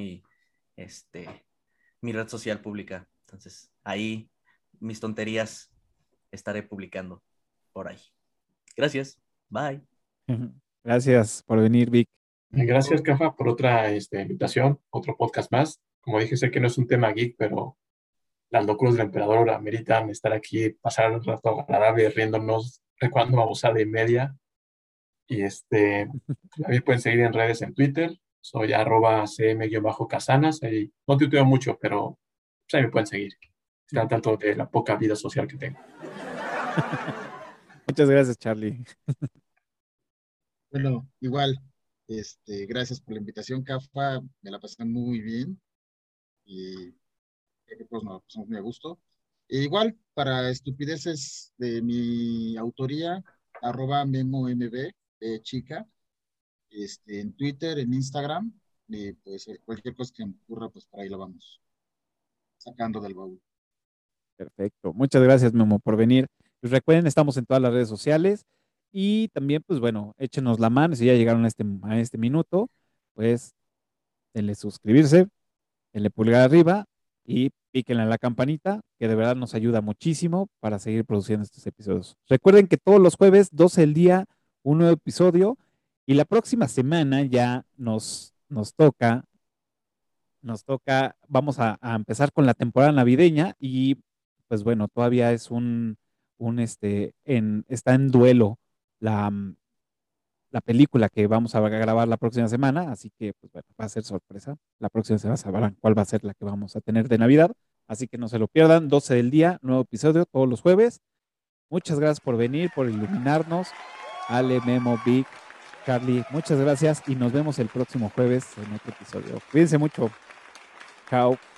mi red social pública. Entonces, ahí mis tonterías estaré publicando por ahí. Gracias. Bye. Gracias por venir, Vic. Gracias, Cafa, por otra invitación, otro podcast más. Como dije, sé que no es un tema geek, pero las locuras del emperador ameritan estar aquí, pasar un rato agradable, riéndonos, recordando babosada y media. Y a mí pueden seguir en redes en Twitter, soy @cm-casanas, ahí no tuiteo mucho, pero pues, ahí me pueden seguir. Están tanto de la poca vida social que tengo. Muchas gracias, Charlie. Bueno, igual, gracias por la invitación, Cafa, me la pasé muy bien y creo que pues nos la pasamos muy a gusto. E igual, para estupideces de mi autoría, @memomb, chica, en Twitter, en Instagram, y pues cualquier cosa que me ocurra, pues por ahí la vamos sacando del baúl. Perfecto. Muchas gracias, Memo, por venir. Pues recuerden, estamos en todas las redes sociales y también, pues bueno, échenos la mano. Si ya llegaron a este minuto, pues denle suscribirse, denle pulgar arriba y píquenle a la campanita, que de verdad nos ayuda muchísimo para seguir produciendo estos episodios. Recuerden que todos los jueves, 12 del día, un nuevo episodio y la próxima semana ya nos toca nos toca, vamos a empezar con la temporada navideña y pues bueno, todavía es está en duelo la, la película que vamos a grabar la próxima semana, así que pues bueno, va a ser sorpresa. La próxima semana sabrán cuál va a ser la que vamos a tener de Navidad, así que no se lo pierdan, 12 del día, nuevo episodio todos los jueves. Muchas gracias por venir, por iluminarnos. Ale, Memo, Vic, Carly, muchas gracias y nos vemos el próximo jueves en otro episodio. Cuídense mucho. Chao.